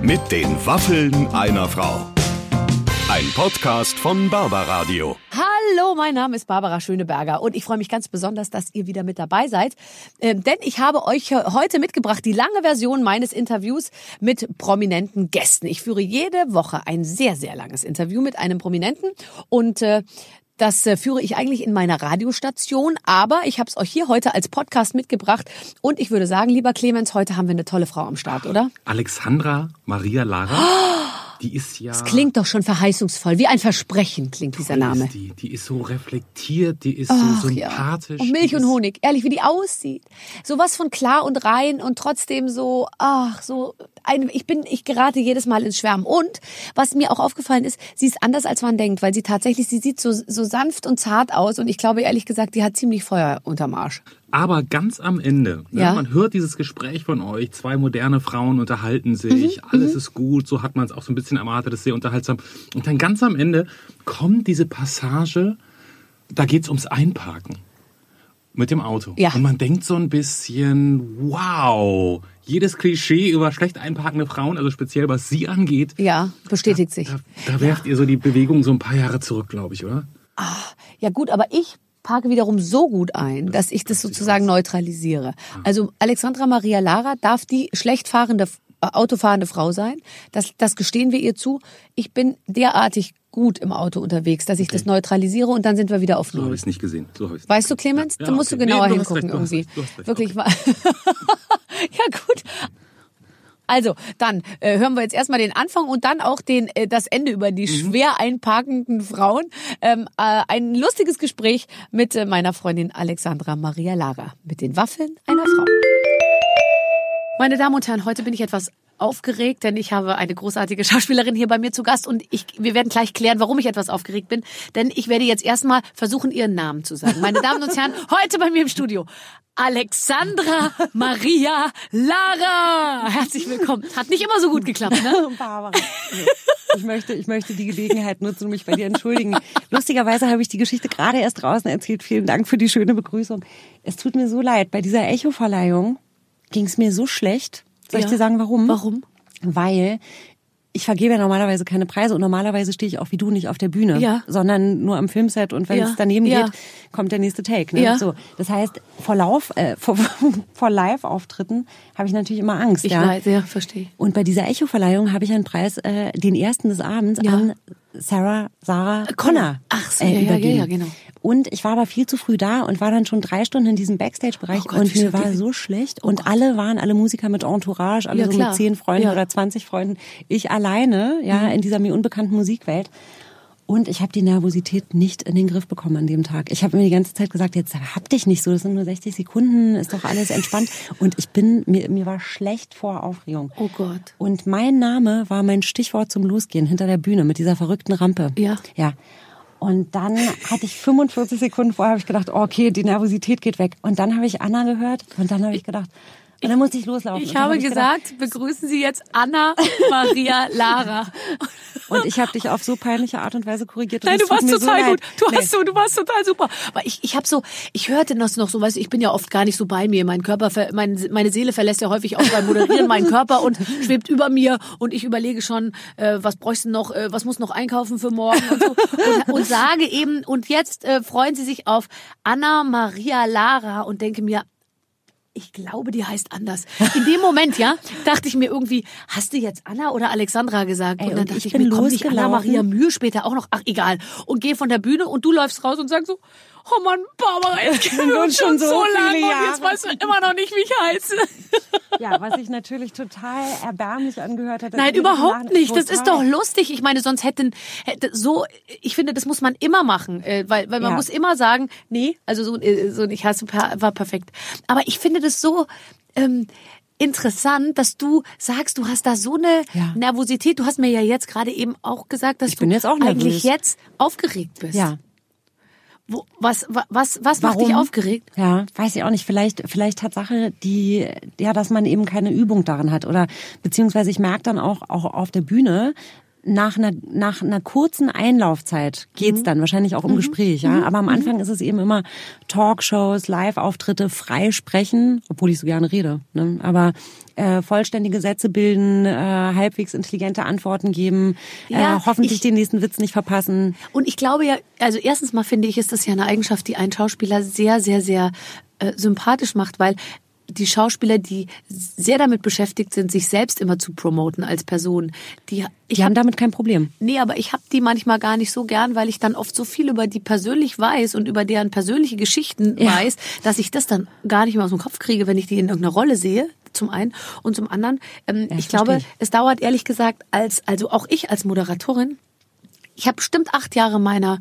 Mit den Waffeln einer Frau. Ein Podcast von Barbaradio. Hallo, mein Name ist Barbara Schöneberger und ich freue mich ganz besonders, dass ihr wieder mit dabei seid. Denn ich habe euch heute mitgebracht die lange Version meines Interviews mit prominenten Gästen. Ich führe jede Woche ein sehr, sehr langes Interview mit einem Prominenten und das führe ich eigentlich in meiner Radiostation, aber ich habe es euch hier heute als Podcast mitgebracht und ich würde sagen, lieber Clemens, heute haben wir eine tolle Frau am Start, oder? Alexandra Maria Lara, die ist ja... Das klingt doch schon verheißungsvoll, wie ein Versprechen klingt dieser Name. Die ist so reflektiert, die ist so sympathisch. Ja. Und Milch und Honig, ehrlich, wie die aussieht. Sowas von klar und rein und trotzdem so, ich gerate jedes Mal ins Schwärmen. Und was mir auch aufgefallen ist, sie ist anders als man denkt, weil sie sieht so sanft und zart aus und ich glaube ehrlich gesagt, die hat ziemlich Feuer unterm Arsch. Aber ganz am Ende, man hört dieses Gespräch von euch, zwei moderne Frauen unterhalten sich, alles ist gut, so hat man es auch so ein bisschen erwartet, das ist sehr unterhaltsam. Und dann ganz am Ende kommt diese Passage, da geht's ums Einparken mit dem Auto. Ja. Und man denkt so ein bisschen, wow, jedes Klischee über schlecht einparkende Frauen, also speziell was sie angeht, bestätigt sich. Da werft ihr so die Bewegung so ein paar Jahre zurück, glaube ich, oder? Ja gut, aber ich parke wiederum so gut ein, dass ich das sozusagen neutralisiere. Also Alexandra Maria Lara darf die schlecht autofahrende Frau sein. Das gestehen wir ihr zu. Ich bin derartig gut im Auto unterwegs, dass ich das neutralisiere und dann sind wir wieder auf Null. So habe ich es nicht gesehen. Weißt du, Clemens? Da musst du genauer hingucken irgendwie. Wirklich. Ja, gut. Also, dann hören wir jetzt erstmal den Anfang und dann auch das Ende über die schwer einparkenden Frauen. Ein lustiges Gespräch mit meiner Freundin Alexandra Maria Lara mit den Waffeln einer Frau. Meine Damen und Herren, heute bin ich etwas aufgeregt, denn ich habe eine großartige Schauspielerin hier bei mir zu Gast und wir werden gleich klären, warum ich etwas aufgeregt bin, denn ich werde jetzt erstmal versuchen, ihren Namen zu sagen. Meine Damen und Herren, heute bei mir im Studio Alexandra Maria Lara. Herzlich willkommen. Hat nicht immer so gut geklappt, ne? Barbara. Ich möchte die Gelegenheit nutzen und mich bei dir entschuldigen. Lustigerweise habe ich die Geschichte gerade erst draußen erzählt. Vielen Dank für die schöne Begrüßung. Es tut mir so leid. Bei dieser Echo-Verleihung ging es mir so schlecht. Soll ich dir sagen, warum? Warum? Weil ich vergebe ja normalerweise keine Preise und normalerweise stehe ich auch wie du nicht auf der Bühne, sondern nur am Filmset und wenn es daneben geht, kommt der nächste Take. Ne? Ja. So, das heißt, vor Live-Auftritten habe ich natürlich immer Angst. Ich weiß, ja, verstehe. Und bei dieser Echo-Verleihung habe ich einen Preis, den ersten des Abends, an Sarah Connor übergeben. Ja, genau. Und ich war aber viel zu früh da und war dann schon 3 Stunden in diesem Backstage-Bereich und mir war so schlecht. Und alle Musiker mit Entourage, alle so mit 10 Freunden oder 20 Freunden. Ich alleine, in dieser mir unbekannten Musikwelt. Und ich habe die Nervosität nicht in den Griff bekommen an dem Tag. Ich habe mir die ganze Zeit gesagt, jetzt hab dich nicht so, das sind nur 60 Sekunden, ist doch alles entspannt. Und mir war schlecht vor Aufregung. Oh Gott. Und mein Name war mein Stichwort zum Losgehen hinter der Bühne mit dieser verrückten Rampe. Ja. Und dann hatte ich 45 Sekunden vorher, habe ich gedacht, okay, die Nervosität geht weg. Und dann habe ich Anna gehört und dann habe ich gedacht, und dann musste ich loslaufen. Ich habe gesagt, begrüßen Sie jetzt Anna Maria Lara. Und ich habe dich auf so peinliche Art und Weise korrigiert. Nein, du warst total gut. Du warst total super. Aber ich hörte das noch so, weißt du, ich bin ja oft gar nicht so bei mir. Mein Körper, meine Seele verlässt ja häufig auch beim Moderieren meinen Körper und schwebt über mir und ich überlege schon, was bräuchte noch, was muss noch einkaufen für morgen und so. Und sage eben, und jetzt freuen Sie sich auf Anna Maria Lara und denke mir, ich glaube, die heißt anders. In dem Moment, dachte ich mir irgendwie, hast du jetzt Anna oder Alexandra gesagt? Und dann dachte ich mir, kommt nicht Anna Maria Mühe später auch noch? Ach, egal. Und gehe von der Bühne und du läufst raus und sagst so, oh Mann, Barbara, jetzt kennen wir uns schon so lange und jetzt weißt du immer noch nicht, wie ich heiße. Ja, was sich natürlich total erbärmlich angehört hat. Nein, überhaupt nicht. Das ist doch lustig. Ich meine, sonst ich finde, das muss man immer machen, weil man muss immer sagen, nee, also so ich war perfekt. Aber ich finde das so interessant, dass du sagst, du hast da so eine Nervosität. Du hast mir ja jetzt gerade eben auch gesagt, dass du eigentlich jetzt aufgeregt bist. Ja. Was macht dich aufgeregt? Ja, weiß ich auch nicht. Vielleicht Tatsache, dass man eben keine Übung darin hat oder beziehungsweise ich merke dann auch auf der Bühne, nach einer kurzen Einlaufzeit geht's dann wahrscheinlich auch um Gespräch, ja. Aber am Anfang ist es eben immer Talkshows, Live-Auftritte, frei sprechen, obwohl ich so gerne rede, ne? Aber vollständige Sätze bilden, halbwegs intelligente Antworten geben, hoffentlich den nächsten Witz nicht verpassen. Und ich glaube ja, also erstens mal finde ich, ist das ja eine Eigenschaft, die einen Schauspieler sehr, sehr, sehr sympathisch macht, weil die Schauspieler, die sehr damit beschäftigt sind, sich selbst immer zu promoten als Person, die haben damit kein Problem. Nee, aber ich habe die manchmal gar nicht so gern, weil ich dann oft so viel über die persönlich weiß und über deren persönliche Geschichten weiß, dass ich das dann gar nicht mehr aus dem Kopf kriege, wenn ich die in irgendeiner Rolle sehe, zum einen. Und zum anderen, ich glaube, es dauert ehrlich gesagt, also auch ich als Moderatorin, ich habe bestimmt 8 Jahre meiner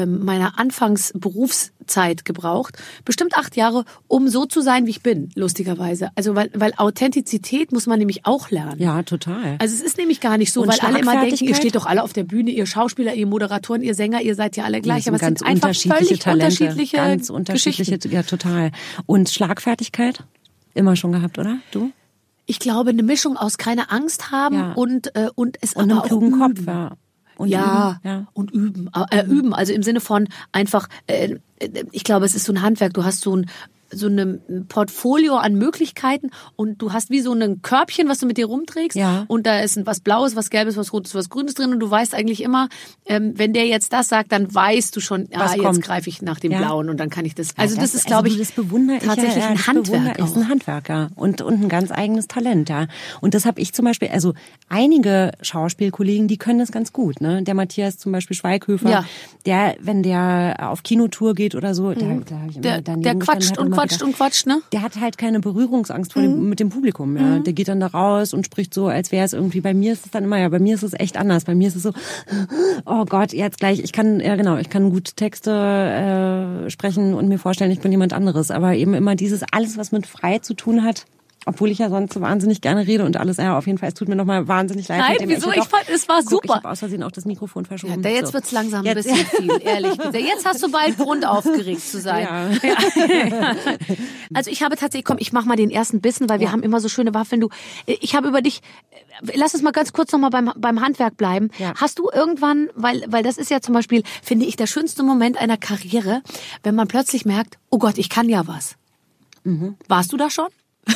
Anfangsberufszeit gebraucht. Bestimmt 8 Jahre, um so zu sein, wie ich bin, lustigerweise. Also weil Authentizität muss man nämlich auch lernen. Ja, total. Also es ist nämlich gar nicht so, weil alle immer denken, ihr steht doch alle auf der Bühne, ihr Schauspieler, ihr Moderatoren, ihr Sänger, ihr seid ja alle gleich. Aber es sind einfach völlig Talente, unterschiedliche ganz unterschiedliche Geschichten. Ja, total. Und Schlagfertigkeit? Immer schon gehabt, oder? Du? Ich glaube, eine Mischung aus keine Angst haben und es und aber einen klugen auch Kopf, ja. Und und üben. Üben, also im Sinne von einfach, ich glaube, es ist so ein Handwerk. Du hast so ein Portfolio an Möglichkeiten und du hast wie so ein Körbchen, was du mit dir rumträgst und da ist was Blaues, was Gelbes, was Rotes, was Grünes drin und du weißt eigentlich immer, wenn der jetzt das sagt, dann weißt du schon, jetzt greife ich nach dem Blauen und dann kann ich das. Also das ist, glaube ich, das bewundere ich tatsächlich ein Handwerk. Ist ein Handwerk, ja. Und ein ganz eigenes Talent, ja. Und das habe ich zum Beispiel, also einige Schauspielkollegen, die können das ganz gut, ne? Der Matthias zum Beispiel Schweighöfer, wenn der auf Kinotour geht oder so, da habe ich immer der quatscht und quatscht, ne? Der hat halt keine Berührungsangst mit dem Publikum, ja. Der geht dann da raus und spricht so, als wäre es irgendwie, bei mir ist es dann immer, bei mir ist es echt anders. Bei mir ist es so, oh Gott, jetzt gleich, ich kann gut Texte sprechen und mir vorstellen, ich bin jemand anderes. Aber eben immer dieses, alles, was mit frei zu tun hat, obwohl ich ja sonst so wahnsinnig gerne rede und alles, auf jeden Fall, es tut mir nochmal wahnsinnig leid. Nein, wieso? Ich fand, es war super. Ich habe aus Versehen auch das Mikrofon verschoben. Ja, jetzt wird's langsam ein bisschen viel, ehrlich gesagt. Jetzt hast du bald Grund, aufgeregt zu sein. Ja. Also ich habe tatsächlich, ich mach mal den ersten Bissen, weil wir haben immer so schöne Waffeln. Ich habe über dich, lass uns mal ganz kurz nochmal beim Handwerk bleiben. Ja. Hast du irgendwann, weil das ist ja zum Beispiel, finde ich, der schönste Moment einer Karriere, wenn man plötzlich merkt, oh Gott, ich kann ja was. Warst du da schon?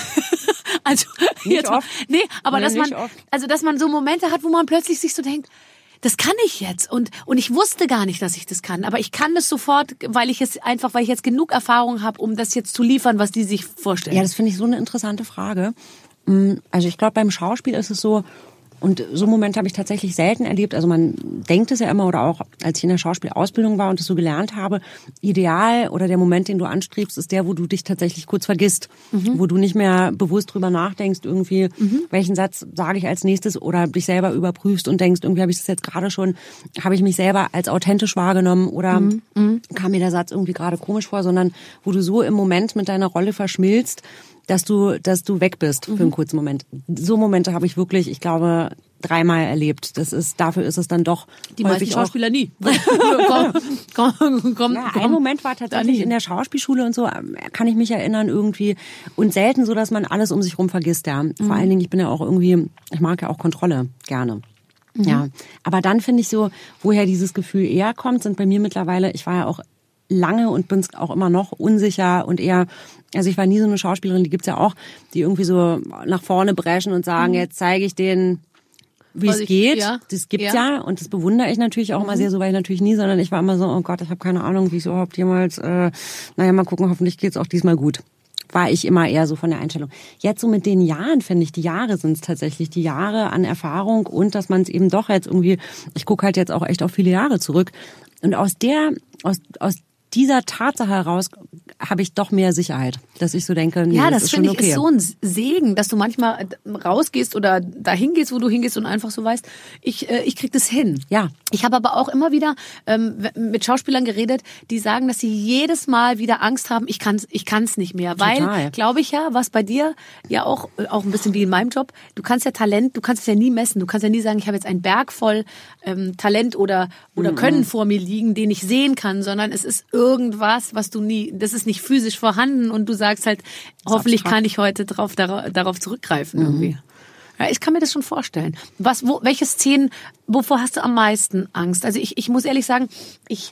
Also nicht jetzt oft. Nee, aber dass man so Momente hat, wo man plötzlich sich so denkt, das kann ich jetzt und ich wusste gar nicht, dass ich das kann, aber ich kann das sofort, weil ich jetzt genug Erfahrung habe, um das jetzt zu liefern, was die sich vorstellen. Ja, das finde ich so eine interessante Frage. Also ich glaube, beim Schauspiel ist es so, und so einen Moment habe ich tatsächlich selten erlebt. Also man denkt es ja immer, oder auch als ich in der Schauspielausbildung war und es so gelernt habe, ideal oder der Moment, den du anstrebst, ist der, wo du dich tatsächlich kurz vergisst. Wo du nicht mehr bewusst drüber nachdenkst, irgendwie, welchen Satz sage ich als nächstes oder dich selber überprüfst und denkst, irgendwie habe ich das jetzt gerade schon, habe ich mich selber als authentisch wahrgenommen oder kam mir der Satz irgendwie gerade komisch vor, sondern wo du so im Moment mit deiner Rolle verschmilzt, dass du weg bist für einen kurzen Moment. So Momente habe ich wirklich, ich glaube, 3-mal erlebt. Dafür ist es dann doch die meisten Schauspieler nie. Komm. Ein Moment war tatsächlich in der Schauspielschule und so, kann ich mich erinnern irgendwie. Und selten so, dass man alles um sich rum vergisst, ja. Vor allen Dingen, ich bin ja auch irgendwie, ich mag ja auch Kontrolle gerne. Ja. Aber dann finde ich so, woher dieses Gefühl eher kommt, sind bei mir mittlerweile, ich war ja auch lange und bin es auch immer noch unsicher und eher, also ich war nie so eine Schauspielerin, die gibt's ja auch, die irgendwie so nach vorne brechen und sagen, jetzt zeige ich denen, wie es geht. Ja. Das gibt's ja und das bewundere ich natürlich auch immer sehr, so war ich natürlich nie, sondern ich war immer so, oh Gott, ich habe keine Ahnung, wie ich es überhaupt jemals, mal gucken, hoffentlich geht's auch diesmal gut. War ich immer eher so von der Einstellung. Jetzt so mit den Jahren, finde ich, die Jahre sind es tatsächlich, die Jahre an Erfahrung und dass man es eben doch jetzt irgendwie, ich gucke halt jetzt auch echt auf viele Jahre zurück und aus dieser Tatsache heraus habe ich doch mehr Sicherheit, dass ich so denke, nee, das ist schon okay. Ja, das finde ich ist so ein Segen, dass du manchmal rausgehst oder dahin gehst, wo du hingehst und einfach so weißt, ich krieg das hin. Ja. Ich habe aber auch immer wieder mit Schauspielern geredet, die sagen, dass sie jedes Mal wieder Angst haben, ich kann's nicht mehr. Total. Weil, glaube ich ja, was bei dir ja auch ein bisschen wie in meinem Job, du kannst ja Talent, du kannst es ja nie messen. Du kannst ja nie sagen, ich habe jetzt einen Berg voll Talent oder Können vor mir liegen, den ich sehen kann, sondern es ist irgendwas, was du nie, das ist nicht physisch vorhanden und du sagst halt, hoffentlich kann ich heute darauf zurückgreifen irgendwie. Ja, ich kann mir das schon vorstellen. Welche Szenen, wovor hast du am meisten Angst? Also ich muss ehrlich sagen, ich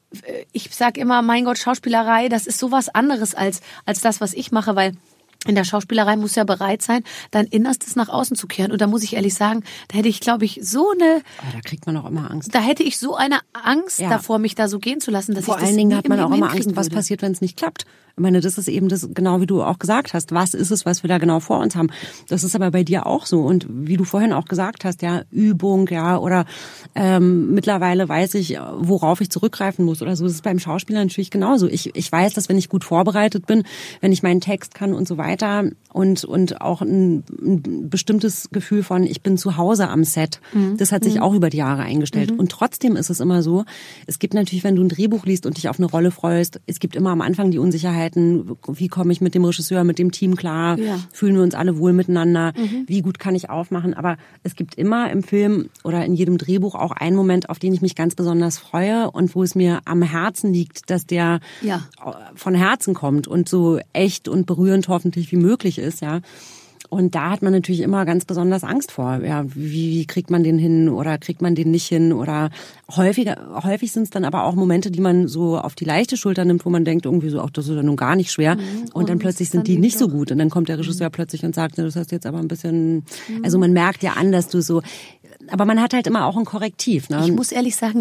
sag immer, mein Gott, Schauspielerei, das ist sowas anderes als das, was ich mache, weil in der Schauspielerei muss ja bereit sein, dein Innerstes nach außen zu kehren. Und da muss ich ehrlich sagen, da hätte ich, glaube ich, so eine... Oh, da kriegt man auch immer Angst. Da hätte ich so eine Angst davor, mich da so gehen zu lassen, dass Vor ich das allen Dingen hat man auch immer Angst, würde. was passiert, wenn es nicht klappt. Ich meine, das ist eben das, genau wie du auch gesagt hast. Was ist es, was wir da genau vor uns haben? Das ist aber bei dir auch so. Und wie du vorhin auch gesagt hast, ja, Übung, ja, oder mittlerweile weiß ich, worauf ich zurückgreifen muss oder so. Das ist beim Schauspieler natürlich genauso. Ich weiß, dass wenn ich gut vorbereitet bin, wenn ich meinen Text kann und so weiter und auch ein bestimmtes Gefühl von, ich bin zu Hause am Set, das hat sich auch über die Jahre eingestellt. Und trotzdem ist es immer so, es gibt natürlich, wenn du ein Drehbuch liest und dich auf eine Rolle freust, es gibt immer am Anfang die Unsicherheit, wie komme ich mit dem Regisseur, mit dem Team klar, fühlen wir uns alle wohl miteinander, wie gut kann ich aufmachen, aber es gibt immer im Film oder in jedem Drehbuch auch einen Moment, auf den ich mich ganz besonders freue und wo es mir am Herzen liegt, dass der von Herzen kommt und so echt und berührend hoffentlich wie möglich ist, ja. Und da hat man natürlich immer ganz besonders Angst vor. Ja, wie kriegt man den hin oder kriegt man den nicht hin? Oder häufig sind es dann aber auch Momente, die man so auf die leichte Schulter nimmt, wo man denkt irgendwie so, ach, das ist ja nun gar nicht schwer. Und dann plötzlich sind die nicht so gut. Und dann kommt der Regisseur plötzlich und sagt, das hast jetzt aber ein bisschen, also man merkt ja an, dass du so, aber man hat halt immer auch ein Korrektiv. Ne? Ich muss ehrlich sagen,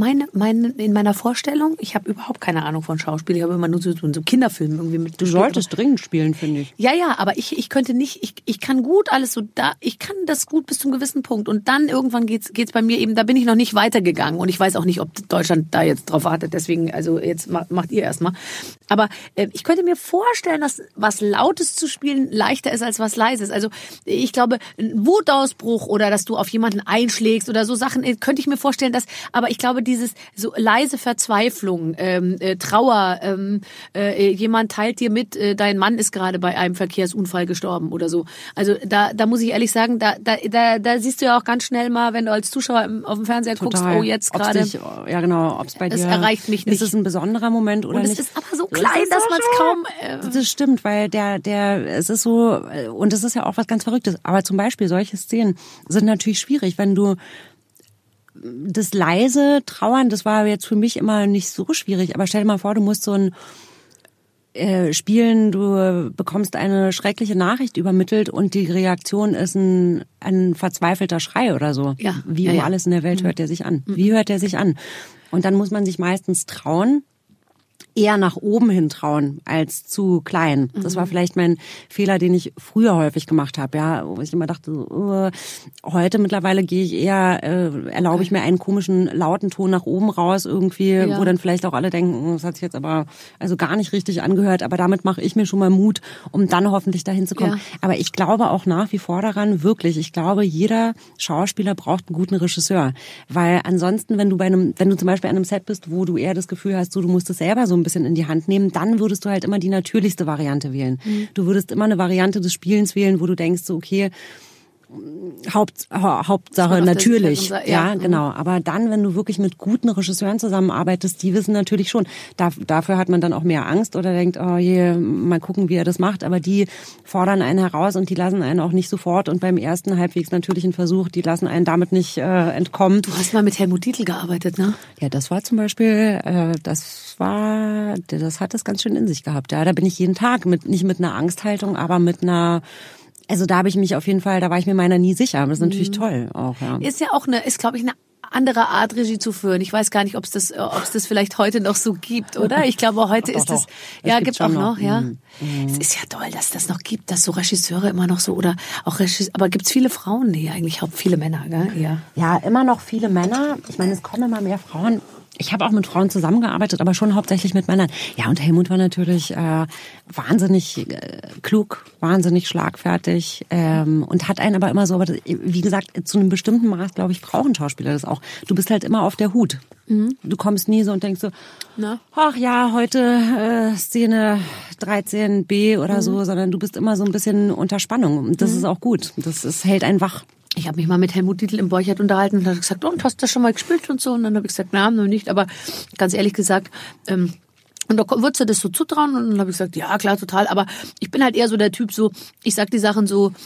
in meiner Vorstellung, ich habe überhaupt keine Ahnung von Schauspiel, ich habe immer nur so Kinderfilmen irgendwie mit. Du solltest dringend spielen, finde ich. Ja, aber ich könnte nicht, ich kann gut alles so ich kann das gut bis zum gewissen Punkt und dann irgendwann geht's bei mir eben, da bin ich noch nicht weitergegangen und ich weiß auch nicht, ob Deutschland da jetzt drauf wartet, deswegen, also jetzt macht ihr erstmal. Aber ich könnte mir vorstellen, dass was Lautes zu spielen leichter ist als was Leises. Also ich glaube, ein Wutausbruch oder dass du auf jemanden einschlägst oder so Sachen, könnte ich mir vorstellen, aber ich glaube, dieses so leise Verzweiflung, Trauer, jemand teilt dir mit, dein Mann ist gerade bei einem Verkehrsunfall gestorben oder so. Also da muss ich ehrlich sagen, da siehst du ja auch ganz schnell mal, wenn du als Zuschauer auf dem Fernseher guckst, oh jetzt gerade. Ja genau, ob es bei dir. Es erreicht mich nicht. Ist es ein besonderer Moment oder nicht? Und es ist aber so klein, dass man es kaum. Das stimmt, weil es ist so, und es ist ja auch was ganz Verrücktes. Aber zum Beispiel solche Szenen sind natürlich schwierig, wenn du das leise Trauern, das war jetzt für mich immer nicht so schwierig. Aber stell dir mal vor, du musst so ein spielen, du bekommst eine schreckliche Nachricht übermittelt und die Reaktion ist ein verzweifelter Schrei oder so. Ja. Wie um alles in der Welt hört der sich an? Wie hört der sich an? Und dann muss man sich meistens trauen, eher nach oben hin trauen als zu klein. Das war vielleicht mein Fehler, den ich früher häufig gemacht habe, ja, wo ich immer dachte, heute mittlerweile gehe ich eher, erlaube ich mir einen komischen lauten Ton nach oben raus irgendwie, wo dann vielleicht auch alle denken, das hat sich jetzt aber also gar nicht richtig angehört, aber damit mache ich mir schon mal Mut, um dann hoffentlich dahin zu kommen. Ja. Aber ich glaube auch nach wie vor daran, wirklich, ich glaube, jeder Schauspieler braucht einen guten Regisseur, weil ansonsten, wenn du zum Beispiel an einem Set bist, wo du eher das Gefühl hast, du musst es selber so ein bisschen in die Hand nehmen, dann würdest du halt immer die natürlichste Variante wählen. Du würdest immer eine Variante des Spielens wählen, wo du denkst, so okay, Hauptsache natürlich, ja, genau. Aber dann, wenn du wirklich mit guten Regisseuren zusammenarbeitest, die wissen natürlich schon, dafür hat man dann auch mehr Angst oder denkt, oh je, mal gucken, wie er das macht. Aber die fordern einen heraus und die lassen einen auch nicht sofort und beim ersten halbwegs natürlichen Versuch, die lassen einen damit nicht entkommen. Du hast mal mit Helmut Dietl gearbeitet, ne? Ja, das war zum Beispiel, das hat es ganz schön in sich gehabt. Ja, da bin ich jeden Tag nicht mit einer Angsthaltung, aber mit einer. Also da habe ich mich auf jeden Fall, da war ich mir meiner nie sicher. Aber das ist natürlich toll auch, ja. Ist ja auch glaube ich, eine andere Art, Regie zu führen. Ich weiß gar nicht, ob es das vielleicht heute noch so gibt, oder? Ich glaube, heute ist es, ja, gibt's auch noch, ja. Es ist ja toll, dass das noch gibt, dass so Regisseure immer noch so, oder auch aber gibt's viele Frauen? Nee, eigentlich viele Männer, gell? Ja, immer noch viele Männer. Ich meine, es kommen immer mehr Frauen. Ich habe auch mit Frauen zusammengearbeitet, aber schon hauptsächlich mit Männern. Ja, und Helmut war natürlich wahnsinnig klug, wahnsinnig schlagfertig und hat einen aber immer so, aber wie gesagt, zu einem bestimmten Maß, glaube ich, brauchen Schauspieler das auch. Du bist halt immer auf der Hut. Du kommst nie so und denkst so, ach ja, heute Szene 13b oder so, sondern du bist immer so ein bisschen unter Spannung. Und das ist auch gut. Das hält einen wach. Ich habe mich mal mit Helmut Dietl im Borchardt unterhalten und hat gesagt, und hast du das schon mal gespielt und so? Und dann habe ich gesagt, na, noch nicht, aber ganz ehrlich gesagt, und da würdest du das so zutrauen? Und dann habe ich gesagt, ja, klar, total, aber ich bin halt eher so der Typ so, ich sag die Sachen so,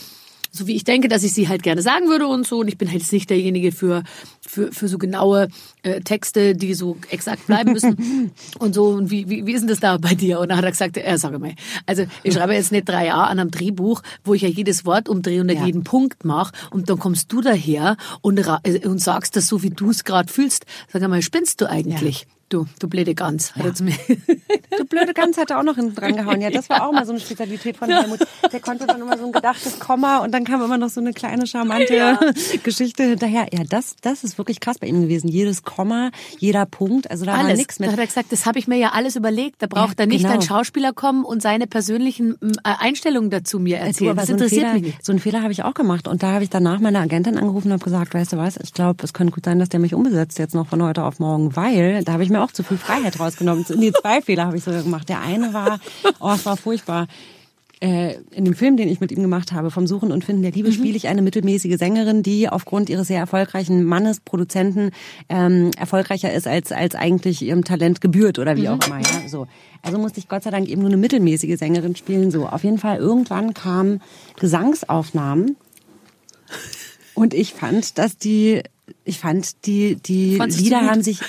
so wie ich denke, dass ich sie halt gerne sagen würde und so. Und ich bin halt jetzt nicht derjenige für so genaue Texte, die so exakt bleiben müssen und so. Und wie ist denn das da bei dir? Und dann hat er gesagt, sag mal, also ich schreibe jetzt nicht 3 Jahre an einem Drehbuch, wo ich ja jedes Wort umdrehe und nicht jeden Punkt mache. Und dann kommst du daher und sagst das so, wie du es gerade fühlst. Sag mal, spinnst du eigentlich? Ja. Du blöde Gans. Ja. Du blöde Gans hat er auch noch hinten dran gehauen. Ja, das war auch mal so eine Spezialität von Helmut. Der konnte dann immer so ein gedachtes Komma und dann kam immer noch so eine kleine charmante Geschichte hinterher. Ja, das ist wirklich krass bei ihm gewesen. Jedes Komma, jeder Punkt, also da war nichts mit. Da hat er gesagt, das habe ich mir ja alles überlegt. Da braucht er nicht ein Schauspieler kommen und seine persönlichen Einstellungen dazu mir erzählen. Das interessiert mich nicht. So einen Fehler habe ich auch gemacht und da habe ich danach meine Agentin angerufen und habe gesagt, weißt du was, ich glaube, es könnte gut sein, dass der mich umbesetzt jetzt noch von heute auf morgen, weil da habe ich mir auch zu viel Freiheit rausgenommen. Nee, 2 Fehler habe ich sogar gemacht. Der eine war, es war furchtbar. In dem Film, den ich mit ihm gemacht habe, vom Suchen und Finden der Liebe, spiele ich eine mittelmäßige Sängerin, die aufgrund ihres sehr erfolgreichen Mannes, Produzenten, erfolgreicher ist, als eigentlich ihrem Talent gebührt oder wie auch immer. Ja? So. Also musste ich Gott sei Dank eben nur eine mittelmäßige Sängerin spielen. So, auf jeden Fall, irgendwann kamen Gesangsaufnahmen und ich fand die Lieder haben sich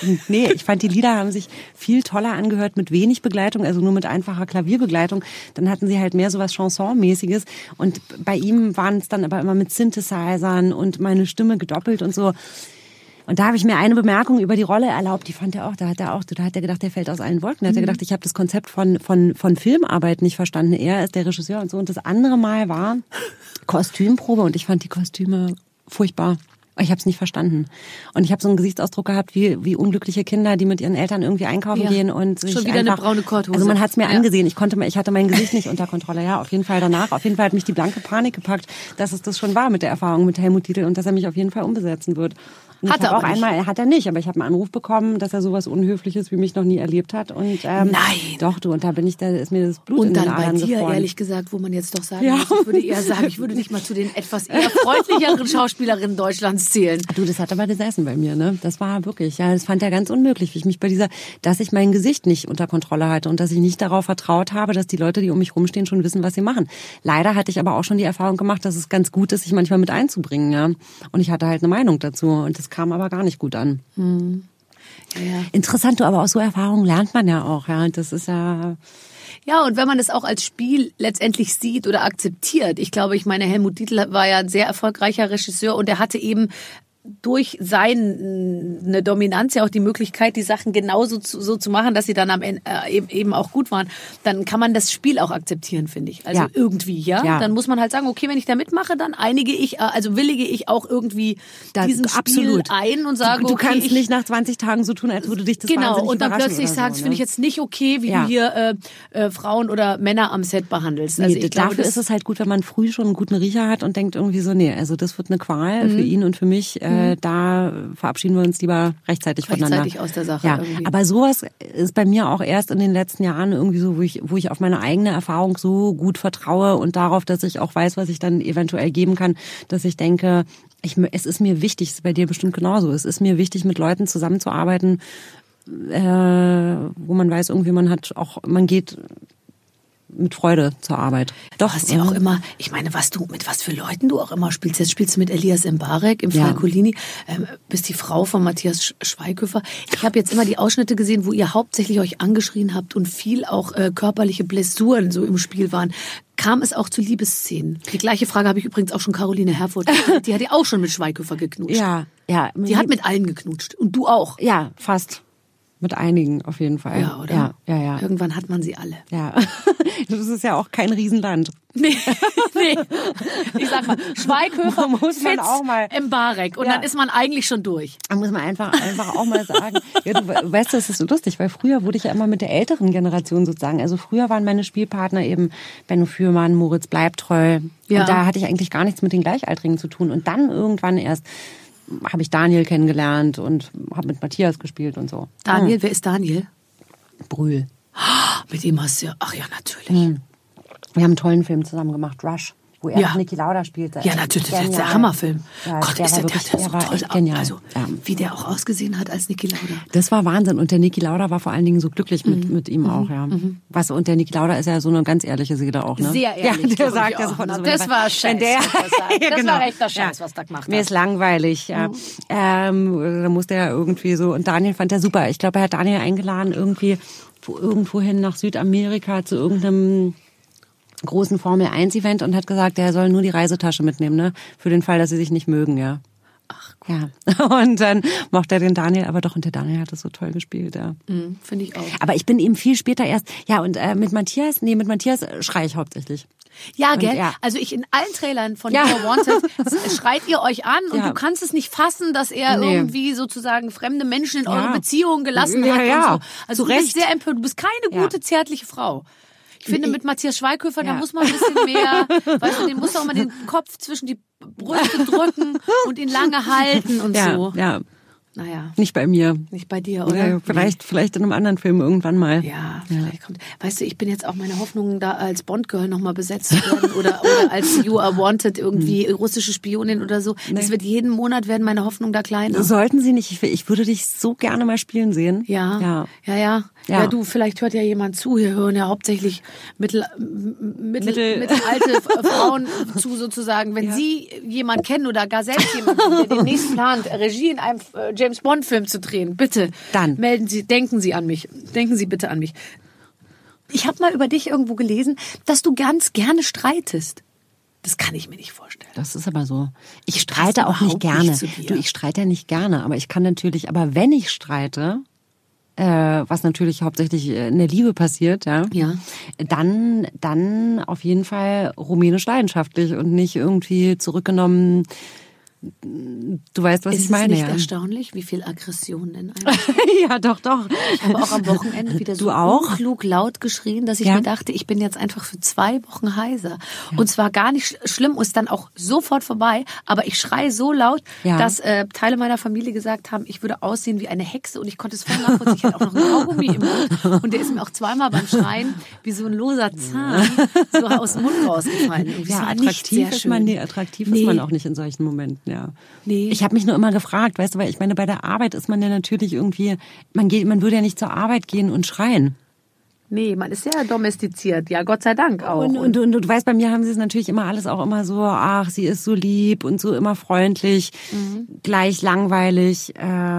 viel toller angehört mit wenig Begleitung, also nur mit einfacher Klavierbegleitung. Dann hatten sie halt mehr so was Chanson-mäßiges und bei ihm waren es dann aber immer mit Synthesizern und meine Stimme gedoppelt und so. Und da habe ich mir eine Bemerkung über die Rolle erlaubt, die fand er auch, da hat er gedacht, der fällt aus allen Wolken. Da hat er gedacht, ich habe das Konzept von Filmarbeit nicht verstanden. Er ist der Regisseur und so. Und das andere Mal war Kostümprobe und ich fand die Kostüme furchtbar. Ich habe es nicht verstanden. Und ich habe so einen Gesichtsausdruck gehabt, wie unglückliche Kinder, die mit ihren Eltern irgendwie einkaufen gehen und sich schon wieder einfach, eine braune Korthose. Also man hat es mir angesehen. Ich hatte mein Gesicht nicht unter Kontrolle. Ja, auf jeden Fall danach. Auf jeden Fall hat mich die blanke Panik gepackt, dass es das schon war mit der Erfahrung mit Helmut Dietl und dass er mich auf jeden Fall umbesetzen wird. Hat er nicht, aber ich habe einen Anruf bekommen, dass er sowas Unhöfliches wie mich noch nie erlebt hat. Und nein. Doch, und da ist mir das Blut in den Adern gefroren. Und dann bei dir, ehrlich gesagt, wo man jetzt doch sagen muss, ich würde eher sagen, ich würde dich mal zu den etwas eher freundlicheren Schauspielerinnen Deutschlands zählen. Du, das hat aber gesessen bei mir, ne? Das war wirklich, das fand er ganz unmöglich, wie ich mich dass ich mein Gesicht nicht unter Kontrolle hatte und dass ich nicht darauf vertraut habe, dass die Leute, die um mich rumstehen, schon wissen, was sie machen. Leider hatte ich aber auch schon die Erfahrung gemacht, dass es ganz gut ist, sich manchmal mit einzubringen, ja. Und ich hatte halt eine Meinung dazu und das kam aber gar nicht gut an. Ja. Interessant, aber aus so Erfahrungen lernt man ja auch, ja. Das ist ja... Ja, und wenn man das auch als Spiel letztendlich sieht oder akzeptiert. Ich glaube, Helmut Dietl war ja ein sehr erfolgreicher Regisseur und er hatte eben durch seine Dominanz ja auch die Möglichkeit, die Sachen genauso so zu machen, dass sie dann am Ende eben auch gut waren. Dann kann man das Spiel auch akzeptieren, finde ich. Also irgendwie, ja. Dann muss man halt sagen, okay, wenn ich da mitmache, dann willige ich auch irgendwie diesen Spiel ein und sage, du kannst nicht nach 20 Tagen so tun, als würde dich das genau, und dann plötzlich sagst, finde ich jetzt nicht okay, wie du hier Frauen oder Männer am Set behandelst. Also ich glaube, dafür ist es halt gut, wenn man früh schon einen guten Riecher hat und denkt irgendwie so, nee, also das wird eine Qual für ihn und für mich. Da verabschieden wir uns lieber rechtzeitig voneinander. Rechtzeitig aus der Sache. Ja, irgendwie. Aber sowas ist bei mir auch erst in den letzten Jahren irgendwie so, wo ich auf meine eigene Erfahrung so gut vertraue und darauf, dass ich auch weiß, was ich dann eventuell geben kann, dass ich denke, es ist mir wichtig, es ist bei dir bestimmt genauso, es ist mir wichtig, mit Leuten zusammenzuarbeiten, wo man weiß, irgendwie man geht mit Freude zur Arbeit. Doch, du hast ja auch immer, ich meine, mit was für Leuten du auch immer spielst. Jetzt spielst du mit Elias Mbarek im Falcolini, bist die Frau von Matthias Schweighöfer. Ich habe jetzt immer die Ausschnitte gesehen, wo ihr hauptsächlich euch angeschrien habt und viel auch körperliche Blessuren so im Spiel waren. Kam es auch zu Liebesszenen? Die gleiche Frage habe ich übrigens auch schon Caroline Herfurth gestellt. Die hat ja auch schon mit Schweighöfer geknutscht. Ja. Die hat mit allen geknutscht. Und du auch. Ja, fast. Mit einigen auf jeden Fall. Ja, oder? Ja. Irgendwann hat man sie alle. Ja. Das ist ja auch kein Riesenland. Nee. Ich sag mal, Schweighöfer, Fitz, Mbarek. Und dann ist man eigentlich schon durch. Da muss man einfach auch mal sagen. Ja, du weißt, das ist so lustig, weil früher wurde ich ja immer mit der älteren Generation sozusagen. Also früher waren meine Spielpartner eben Benno Fürmann, Moritz Bleibtreu. Ja. Und da hatte ich eigentlich gar nichts mit den Gleichaltrigen zu tun. Und dann irgendwann erst habe ich Daniel kennengelernt und habe mit Matthias gespielt und so. Daniel, wer ist Daniel? Brühl. Mit dem hast du ja, ach ja, natürlich. Wir haben einen tollen Film zusammen gemacht, Rush. wo er noch Niki Lauda spielte. Ja, natürlich, das ist der Hammerfilm. Ja, Gott, der war so toll. Genial. Also, wie der auch ausgesehen hat als Niki Lauda. Das war Wahnsinn. Und der Niki Lauda war vor allen Dingen so glücklich mit ihm auch, ja. Und der Niki Lauda ist ja so eine ganz ehrliche Seele auch, ne? Sehr ehrlich. Ja, der sagt ja sofort. Das war scheiße. Das war rechter Scheiß, was der gemacht hat. Mir ist langweilig, ja. Da musste er irgendwie so, und Daniel fand er super. Ich glaube, er hat Daniel eingeladen, irgendwohin nach Südamerika zu irgendeinem großen Formel-1-Event und hat gesagt, er soll nur die Reisetasche mitnehmen, ne? Für den Fall, dass sie sich nicht mögen, ja. Ach, cool. Ja. Und dann mochte er den Daniel, aber doch, und der Daniel hat das so toll gespielt, ja. Finde ich auch. Aber ich bin eben viel später erst, mit Matthias schreie ich hauptsächlich. Ja, gell? Ja. Also in allen Trailern von You Are Wanted schreit ihr euch an und du kannst es nicht fassen, dass er irgendwie sozusagen fremde Menschen in eure Beziehung gelassen hat und so. Also du bist sehr empört, du bist keine gute, zärtliche Frau. Ich finde, mit Matthias Schweighöfer, da muss man ein bisschen mehr, weißt du, den muss auch mal den Kopf zwischen die Brüste drücken und ihn lange halten und so. Ja. Naja. Nicht bei mir. Nicht bei dir, oder? Ja, vielleicht in einem anderen Film irgendwann mal. Ja, vielleicht kommt. Weißt du, ich bin jetzt auch meine Hoffnung, da als Bond-Girl nochmal besetzt zu werden oder als You Are Wanted irgendwie russische Spionin oder so. Nee. Das wird jeden Monat werden meine Hoffnung da kleiner. Sollten sie nicht. Ich würde dich so gerne mal spielen sehen. Ja, du, vielleicht hört ja jemand zu. Hier hören ja hauptsächlich mittelalte Frauen zu sozusagen. Wenn Sie jemand kennen oder gar selbst jemanden, der demnächst plant, Regie in einem James-Bond-Film zu drehen, bitte, dann denken Sie an mich. Denken Sie bitte an mich. Ich habe mal über dich irgendwo gelesen, dass du ganz gerne streitest. Das kann ich mir nicht vorstellen. Das ist aber so. Ich streite auch nicht gerne. Ich streite ja nicht gerne, aber aber wenn ich streite, was natürlich hauptsächlich in der Liebe passiert, dann auf jeden Fall rumänisch leidenschaftlich und nicht irgendwie zurückgenommen. Du weißt, was ich meine. Ist es nicht erstaunlich, wie viel Aggression in einem? Ja, doch. Ich habe auch am Wochenende wieder so unklug laut geschrien, dass ich mir dachte, ich bin jetzt einfach für 2 Wochen heiser. Ja. Und zwar gar nicht schlimm, ist dann auch sofort vorbei, aber ich schreie so laut, dass Teile meiner Familie gesagt haben, ich würde aussehen wie eine Hexe und ich konnte es voll nachvollziehen. Ich hatte auch noch einen Kaugummi im Mund und der ist mir auch zweimal beim Schreien wie so ein loser Zahn so aus dem Mund rausgefallen. Ja, attraktiv ist man auch nicht in solchen Momenten. Ja. Nee. Ich habe mich nur immer gefragt, weißt du, weil ich meine, bei der Arbeit ist man ja natürlich irgendwie, man würde ja nicht zur Arbeit gehen und schreien. Nee, man ist sehr domestiziert, ja, Gott sei Dank auch. Und du weißt, bei mir haben sie es natürlich immer alles auch immer so, ach, sie ist so lieb und so immer freundlich, gleich langweilig.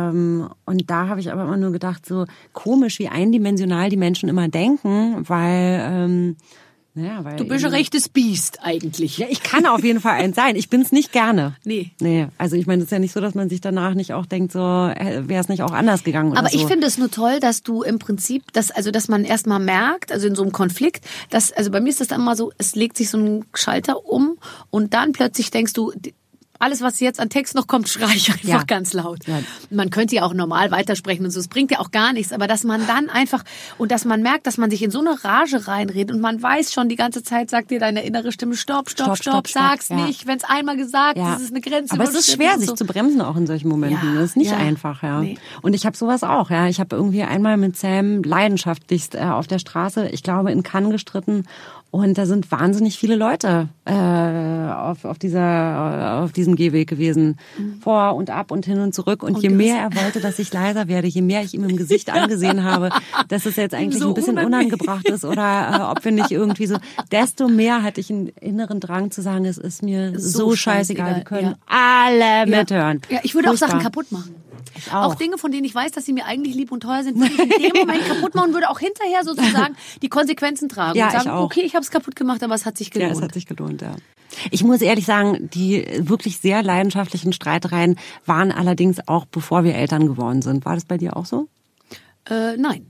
Und da habe ich aber immer nur gedacht, so komisch, wie eindimensional die Menschen immer denken, weil du bist ein rechtes Biest eigentlich. Ja, ich kann auf jeden Fall eins sein. Ich bin's nicht gerne. Nee. Also ich meine, es ist ja nicht so, dass man sich danach nicht auch denkt, so wäre es nicht auch anders gegangen oder aber so. Ich finde es nur toll, dass du im Prinzip, dass man erstmal merkt, also in so einem Konflikt, also bei mir ist das dann immer so, es legt sich so ein Schalter um und dann plötzlich denkst du, alles, was jetzt an Text noch kommt, schreie ich einfach ganz laut. Ja. Man könnte ja auch normal weitersprechen und so, es bringt ja auch gar nichts, aber dass man dann einfach, und dass man merkt, dass man sich in so eine Rage reinredet und man weiß schon, die ganze Zeit sagt dir deine innere Stimme, stopp, sag's nicht, wenn es einmal gesagt ist, ist eine Grenze. Aber es ist schwer, sich zu bremsen auch in solchen Momenten. Das ist nicht einfach, Nee. Und ich habe sowas auch, Ich habe irgendwie einmal mit Sam leidenschaftlichst auf der Straße, ich glaube in Cannes gestritten. Und da sind wahnsinnig viele Leute auf diesem Gehweg gewesen. Vor und ab und hin und zurück. Und je mehr er wollte, dass ich leiser werde, je mehr ich ihm im Gesicht angesehen habe, dass es jetzt eigentlich so ein bisschen unangebracht ist oder ob wir nicht irgendwie so, desto mehr hatte ich einen inneren Drang zu sagen, es ist mir so scheißegal, wir können alle mithören. Ja, ich würde auch Sachen kaputt machen. Auch Dinge, von denen ich weiß, dass sie mir eigentlich lieb und teuer sind, würde ich in dem Moment kaputt machen und würde auch hinterher sozusagen die Konsequenzen tragen und sagen, okay, ich habe es kaputt gemacht, aber es hat sich gelohnt. Ja, es hat sich gelohnt, Ich muss ehrlich sagen, die wirklich sehr leidenschaftlichen Streitereien waren allerdings auch, bevor wir Eltern geworden sind. War das bei dir auch so? Nein.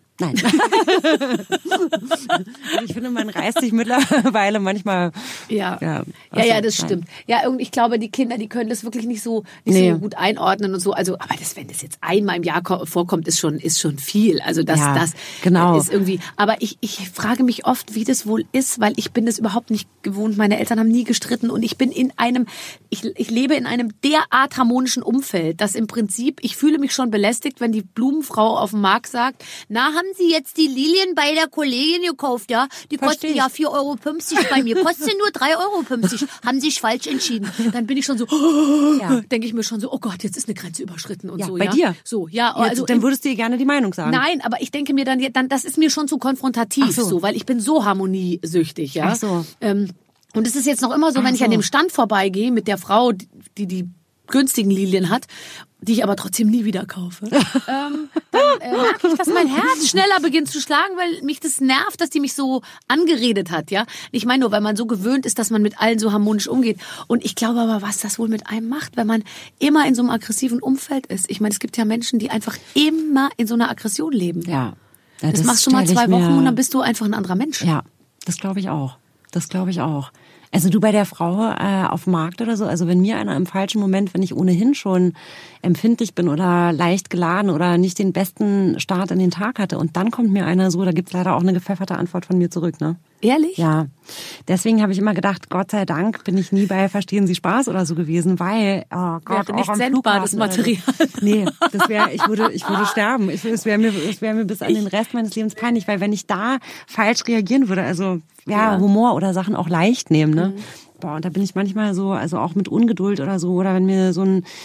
Ich finde, man reißt sich mittlerweile manchmal. Ja, das stimmt. Ja, ich glaube, die Kinder, die können das wirklich nicht so gut einordnen und so. Also, aber wenn das jetzt einmal im Jahr vorkommt, ist schon viel. Also das ist irgendwie. Aber ich frage mich oft, wie das wohl ist, weil ich bin das überhaupt nicht gewohnt. Meine Eltern haben nie gestritten und ich bin ich lebe in einem derart harmonischen Umfeld, dass im Prinzip ich fühle mich schon belästigt, wenn die Blumenfrau auf dem Markt sagt, na haben Sie jetzt die Lilien bei der Kollegin gekauft, ja? Die kosten ja 4,50 Euro. Bei mir kosten nur 3,50 Euro. Haben Sie sich falsch entschieden. Dann bin ich schon so, denke ich mir schon so, oh Gott, jetzt ist eine Grenze überschritten und so. Bei dir? So, ja. Also, dann würdest du dir gerne die Meinung sagen. Nein, aber ich denke mir dann, das ist mir schon zu konfrontativ, so, weil ich bin so harmoniesüchtig, ja. Ach so. Und es ist jetzt noch immer so, wenn ich an dem Stand vorbeigehe mit der Frau, die günstigen Lilien hat, die ich aber trotzdem nie wieder kaufe, dann merke ich, dass mein Herz schneller beginnt zu schlagen, weil mich das nervt, dass die mich so angeredet hat, ja. Ich meine nur, weil man so gewöhnt ist, dass man mit allen so harmonisch umgeht. Und ich glaube aber, was das wohl mit einem macht, wenn man immer in so einem aggressiven Umfeld ist. Ich meine, es gibt ja Menschen, die einfach immer in so einer Aggression leben. Ja. Das machst du mal 2 Wochen und dann bist du einfach ein anderer Mensch. Ja, das glaube ich auch. Also du bei der Frau auf dem Markt oder so, also wenn mir einer im falschen Moment, wenn ich ohnehin schon empfindlich bin oder leicht geladen oder nicht den besten Start in den Tag hatte und dann kommt mir einer so, da gibt's leider auch eine gepfefferte Antwort von mir zurück, ne? Ehrlich? Ja. Deswegen habe ich immer gedacht, Gott sei Dank bin ich nie bei Verstehen Sie Spaß oder so gewesen, weil, oh Gott, wäre nicht sendbar, das Material. Nee, ich würde sterben. Es wäre mir bis an den Rest meines Lebens peinlich, weil wenn ich da falsch reagieren würde, also Humor oder Sachen auch leicht nehmen, ne? Boah, und da bin ich manchmal so, also auch mit Ungeduld oder so, oder wenn mir so ein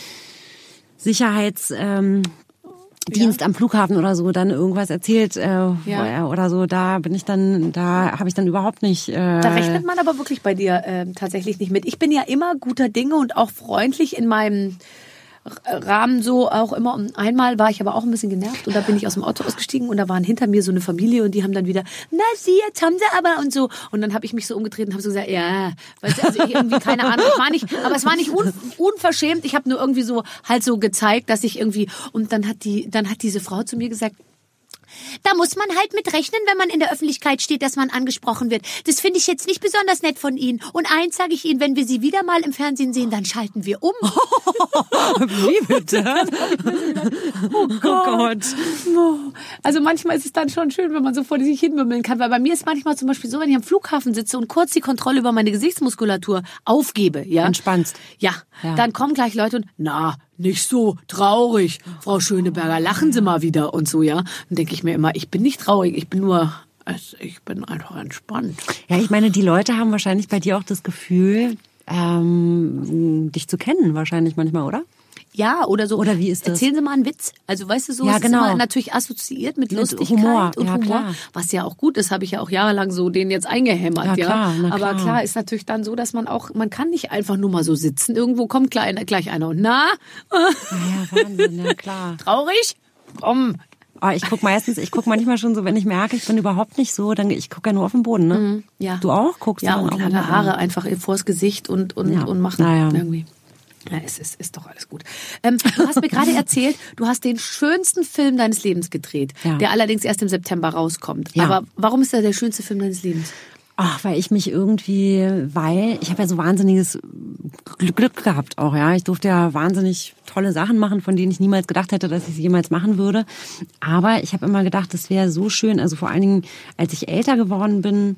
Dienst am Flughafen oder so dann irgendwas erzählt oder so, da habe ich dann überhaupt nicht. Da rechnet man aber wirklich bei dir tatsächlich nicht mit. Ich bin ja immer guter Dinge und auch freundlich in meinem Rahmen so auch immer. Und einmal war ich aber auch ein bisschen genervt und da bin ich aus dem Auto ausgestiegen und da waren hinter mir so eine Familie und die haben dann wieder, na Sie, jetzt haben Sie aber und so. Und dann habe ich mich so umgedreht und habe so gesagt, ja, weißt du, also irgendwie keine Ahnung, es war nicht unverschämt. Ich habe nur irgendwie so halt so gezeigt, dass ich irgendwie, und dann hat diese Frau zu mir gesagt, da muss man halt mit rechnen, wenn man in der Öffentlichkeit steht, dass man angesprochen wird. Das finde ich jetzt nicht besonders nett von Ihnen. Und eins sage ich Ihnen, wenn wir Sie wieder mal im Fernsehen sehen, dann schalten wir um. Wie bitte? Oh Gott. Also manchmal ist es dann schon schön, wenn man so vor sich hinmümmeln kann. Weil bei mir ist manchmal zum Beispiel so, wenn ich am Flughafen sitze und kurz die Kontrolle über meine Gesichtsmuskulatur aufgebe. Ja, entspannst. Ja, dann kommen gleich Leute und, nicht so traurig. Frau Schöneberger, lachen Sie mal wieder und so, ja. Dann denke ich mir immer, ich bin nicht traurig, ich bin einfach entspannt. Ja, ich meine, die Leute haben wahrscheinlich bei dir auch das Gefühl, dich zu kennen wahrscheinlich manchmal, oder? Ja, oder so. Oder wie ist das? Erzählen Sie mal einen Witz. Also, weißt du, so ist genau. Es immer natürlich assoziiert mit Lustigkeit Humor. und Humor. Klar. Was ja auch gut ist, habe ich ja auch jahrelang so den jetzt eingehämmert. Ja, klar, aber klar ist natürlich dann so, dass man kann nicht einfach nur mal so sitzen. Irgendwo kommt gleich einer und Ja, Wahnsinn, ja klar. Traurig? Komm. Oh, ich guck manchmal schon so, wenn ich merke, ich bin überhaupt nicht so, dann ich gucke ja nur auf den Boden, ne? Ja. Du auch? Guckst ja, du und auch lange Haare einfach vors Gesicht und machen irgendwie. Ja, es ist doch alles gut. Du hast mir gerade erzählt, du hast den schönsten Film deines Lebens gedreht, der allerdings erst im September rauskommt. Ja. Aber warum ist das der schönste Film deines Lebens? Ach, weil ich habe ja so wahnsinniges Glück gehabt auch, ja. Ich durfte ja wahnsinnig tolle Sachen machen, von denen ich niemals gedacht hätte, dass ich sie jemals machen würde. Aber ich habe immer gedacht, das wäre so schön, also vor allen Dingen, als ich älter geworden bin,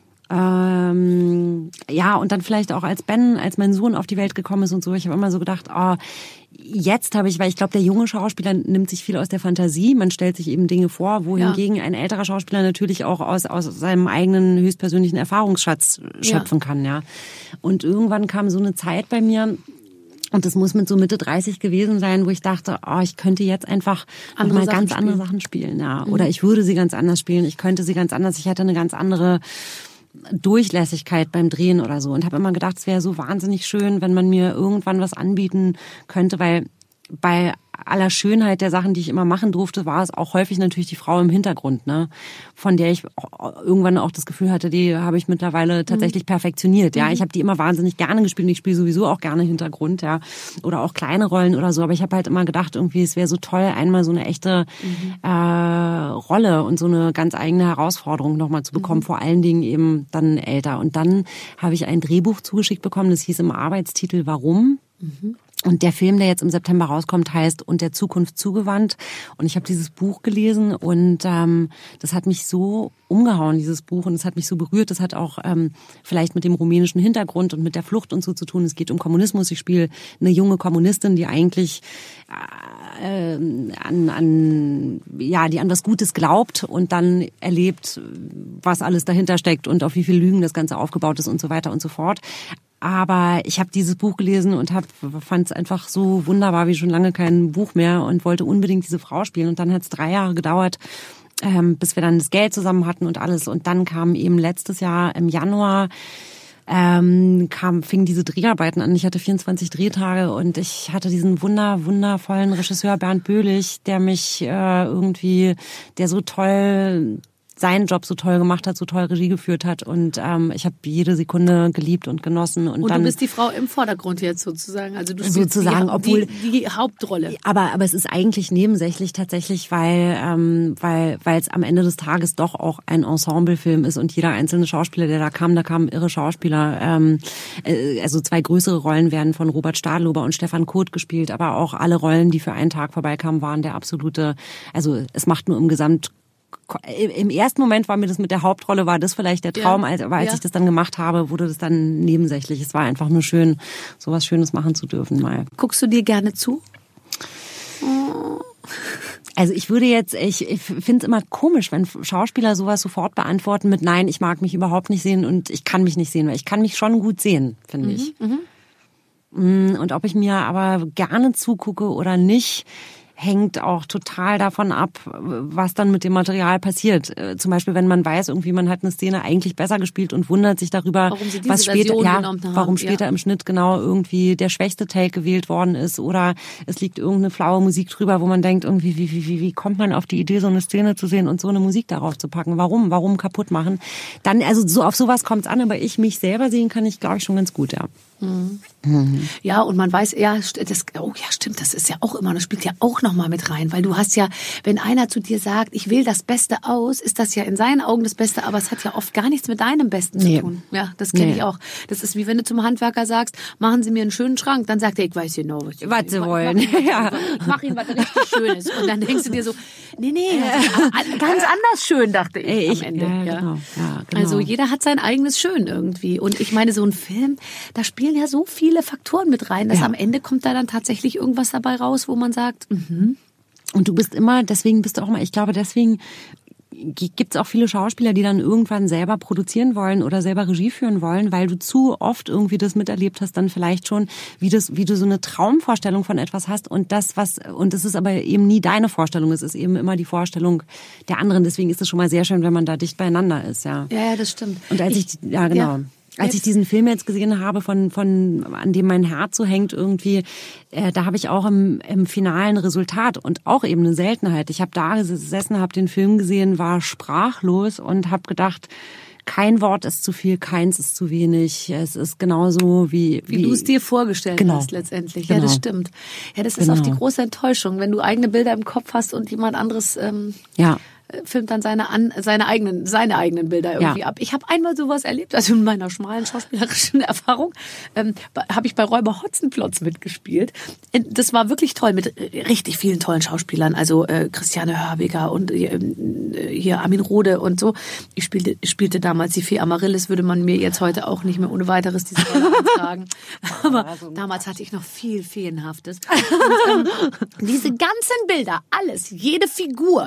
und dann vielleicht auch als mein Sohn auf die Welt gekommen ist und so, ich habe immer so gedacht, jetzt habe ich, weil ich glaube, der junge Schauspieler nimmt sich viel aus der Fantasie, man stellt sich eben Dinge vor, wohingegen ein älterer Schauspieler natürlich auch aus seinem eigenen höchstpersönlichen Erfahrungsschatz schöpfen kann, ja. Und irgendwann kam so eine Zeit bei mir, und das muss mit so Mitte 30 gewesen sein, wo ich dachte, ich könnte jetzt einfach mal ganz andere Sachen spielen, ja. Oder ich würde sie ganz anders spielen, ich könnte sie ganz anders, ich hätte eine ganz andere Durchlässigkeit beim Drehen oder so. Und habe immer gedacht, es wäre so wahnsinnig schön, wenn man mir irgendwann was anbieten könnte, weil bei aller Schönheit der Sachen, die ich immer machen durfte, war es auch häufig natürlich die Frau im Hintergrund, ne, von der ich irgendwann auch das Gefühl hatte, die habe ich mittlerweile tatsächlich perfektioniert, ja. Ich habe die immer wahnsinnig gerne gespielt und ich spiele sowieso auch gerne Hintergrund, ja, oder auch kleine Rollen oder so, aber ich habe halt immer gedacht, irgendwie, es wäre so toll, einmal so eine echte Rolle und so eine ganz eigene Herausforderung nochmal zu bekommen, vor allen Dingen eben dann älter. Und dann habe ich ein Drehbuch zugeschickt bekommen, das hieß im Arbeitstitel Warum? Und der Film, der jetzt im September rauskommt, heißt Und der Zukunft zugewandt. Und ich habe dieses Buch gelesen und das hat mich so umgehauen, dieses Buch. Und es hat mich so berührt. Das hat auch vielleicht mit dem rumänischen Hintergrund und mit der Flucht und so zu tun. Es geht um Kommunismus. Ich spiele eine junge Kommunistin, die eigentlich die an was Gutes glaubt und dann erlebt, was alles dahinter steckt und auf wie viel Lügen das Ganze aufgebaut ist und so weiter und so fort. Aber ich habe dieses Buch gelesen und fand es einfach so wunderbar wie schon lange kein Buch mehr und wollte unbedingt diese Frau spielen. Und dann hat es 3 Jahre gedauert, bis wir dann das Geld zusammen hatten und alles. Und dann kam eben letztes Jahr im Januar fingen diese Dreharbeiten an. Ich hatte 24 Drehtage und ich hatte diesen wundervollen Regisseur Bernd Böhlich, der mich der so toll seinen Job so toll gemacht hat, so toll Regie geführt hat und ich habe jede Sekunde geliebt und genossen. Und dann, du bist die Frau im Vordergrund jetzt sozusagen. Also du spielst sozusagen, obwohl die Hauptrolle. Aber es ist eigentlich nebensächlich tatsächlich, weil es am Ende des Tages doch auch ein Ensemblefilm ist und jeder einzelne Schauspieler, der da kamen irre Schauspieler. Also 2 größere Rollen werden von Robert Stadlober und Stefan Koth gespielt, aber auch alle Rollen, die für einen Tag vorbeikamen, waren der absolute, also es macht nur im ersten Moment war mir das mit der Hauptrolle, war das vielleicht der Traum, aber als ich das dann gemacht habe, wurde das dann nebensächlich. Es war einfach nur schön, sowas Schönes machen zu dürfen mal. Guckst du dir gerne zu? Also ich finde es immer komisch, wenn Schauspieler sowas sofort beantworten mit Nein, ich mag mich überhaupt nicht sehen und ich kann mich nicht sehen, weil ich kann mich schon gut sehen, finde ich. Und ob ich mir aber gerne zugucke oder nicht, hängt auch total davon ab, was dann mit dem Material passiert. Zum Beispiel, wenn man weiß, irgendwie man hat eine Szene eigentlich besser gespielt und wundert sich darüber, warum später im Schnitt genau irgendwie der schwächste Take gewählt worden ist oder es liegt irgendeine flaue Musik drüber, wo man denkt, irgendwie wie kommt man auf die Idee, so eine Szene zu sehen und so eine Musik darauf zu packen? Warum kaputt machen? Dann, also so auf sowas kommt es an, aber mich selber sehen kann ich, glaube ich, schon ganz gut, ja. Ja, und man weiß, stimmt, das ist ja auch immer, das spielt ja auch nochmal mit rein, weil du hast ja, wenn einer zu dir sagt, ich will das Beste aus, ist das ja in seinen Augen das Beste, aber es hat ja oft gar nichts mit deinem Besten zu tun. Ja, das kenne ich auch. Das ist wie wenn du zum Handwerker sagst, machen Sie mir einen schönen Schrank, dann sagt er, ich weiß genau, was Sie wollen. Ich mache Ihnen was richtig Schönes. Und dann denkst du dir so, nee, ganz anders schön, dachte ich am Ende. Ja, genau. Also jeder hat sein eigenes Schön irgendwie. Und ich meine, so ein Film, da spielen ja so viele Faktoren mit rein, dass am Ende kommt da dann tatsächlich irgendwas dabei raus, wo man sagt, Und du bist immer, ich glaube, deswegen gibt's auch viele Schauspieler, die dann irgendwann selber produzieren wollen oder selber Regie führen wollen, weil du zu oft irgendwie das miterlebt hast, dann vielleicht schon, wie du so eine Traumvorstellung von etwas hast und das ist aber eben nie deine Vorstellung, es ist eben immer die Vorstellung der anderen, deswegen ist es schon mal sehr schön, wenn man da dicht beieinander ist, ja. Ja, das stimmt. Und als als ich diesen Film jetzt gesehen habe, an dem mein Herz so hängt irgendwie, da habe ich auch im finalen Resultat und auch eben eine Seltenheit. Ich habe da gesessen, habe den Film gesehen, war sprachlos und habe gedacht, kein Wort ist zu viel, keins ist zu wenig. Es ist genauso wie du es dir vorgestellt hast letztendlich. Genau. Ja, das stimmt. Ja, das ist oft die große Enttäuschung, wenn du eigene Bilder im Kopf hast und jemand anderes filmt dann seine eigenen Bilder irgendwie ab. Ich habe einmal sowas erlebt, also in meiner schmalen schauspielerischen Erfahrung, habe ich bei Räuber Hotzenplotz mitgespielt. Das war wirklich toll, mit richtig vielen tollen Schauspielern, also Christiane Hörbiger und hier Armin Rohde und so. Ich spielte damals die Fee Amaryllis, würde man mir jetzt heute auch nicht mehr ohne weiteres diese Rolle eintragen. Aber damals hatte ich noch viel Feenhaftes. Und, diese ganzen Bilder, alles, jede Figur,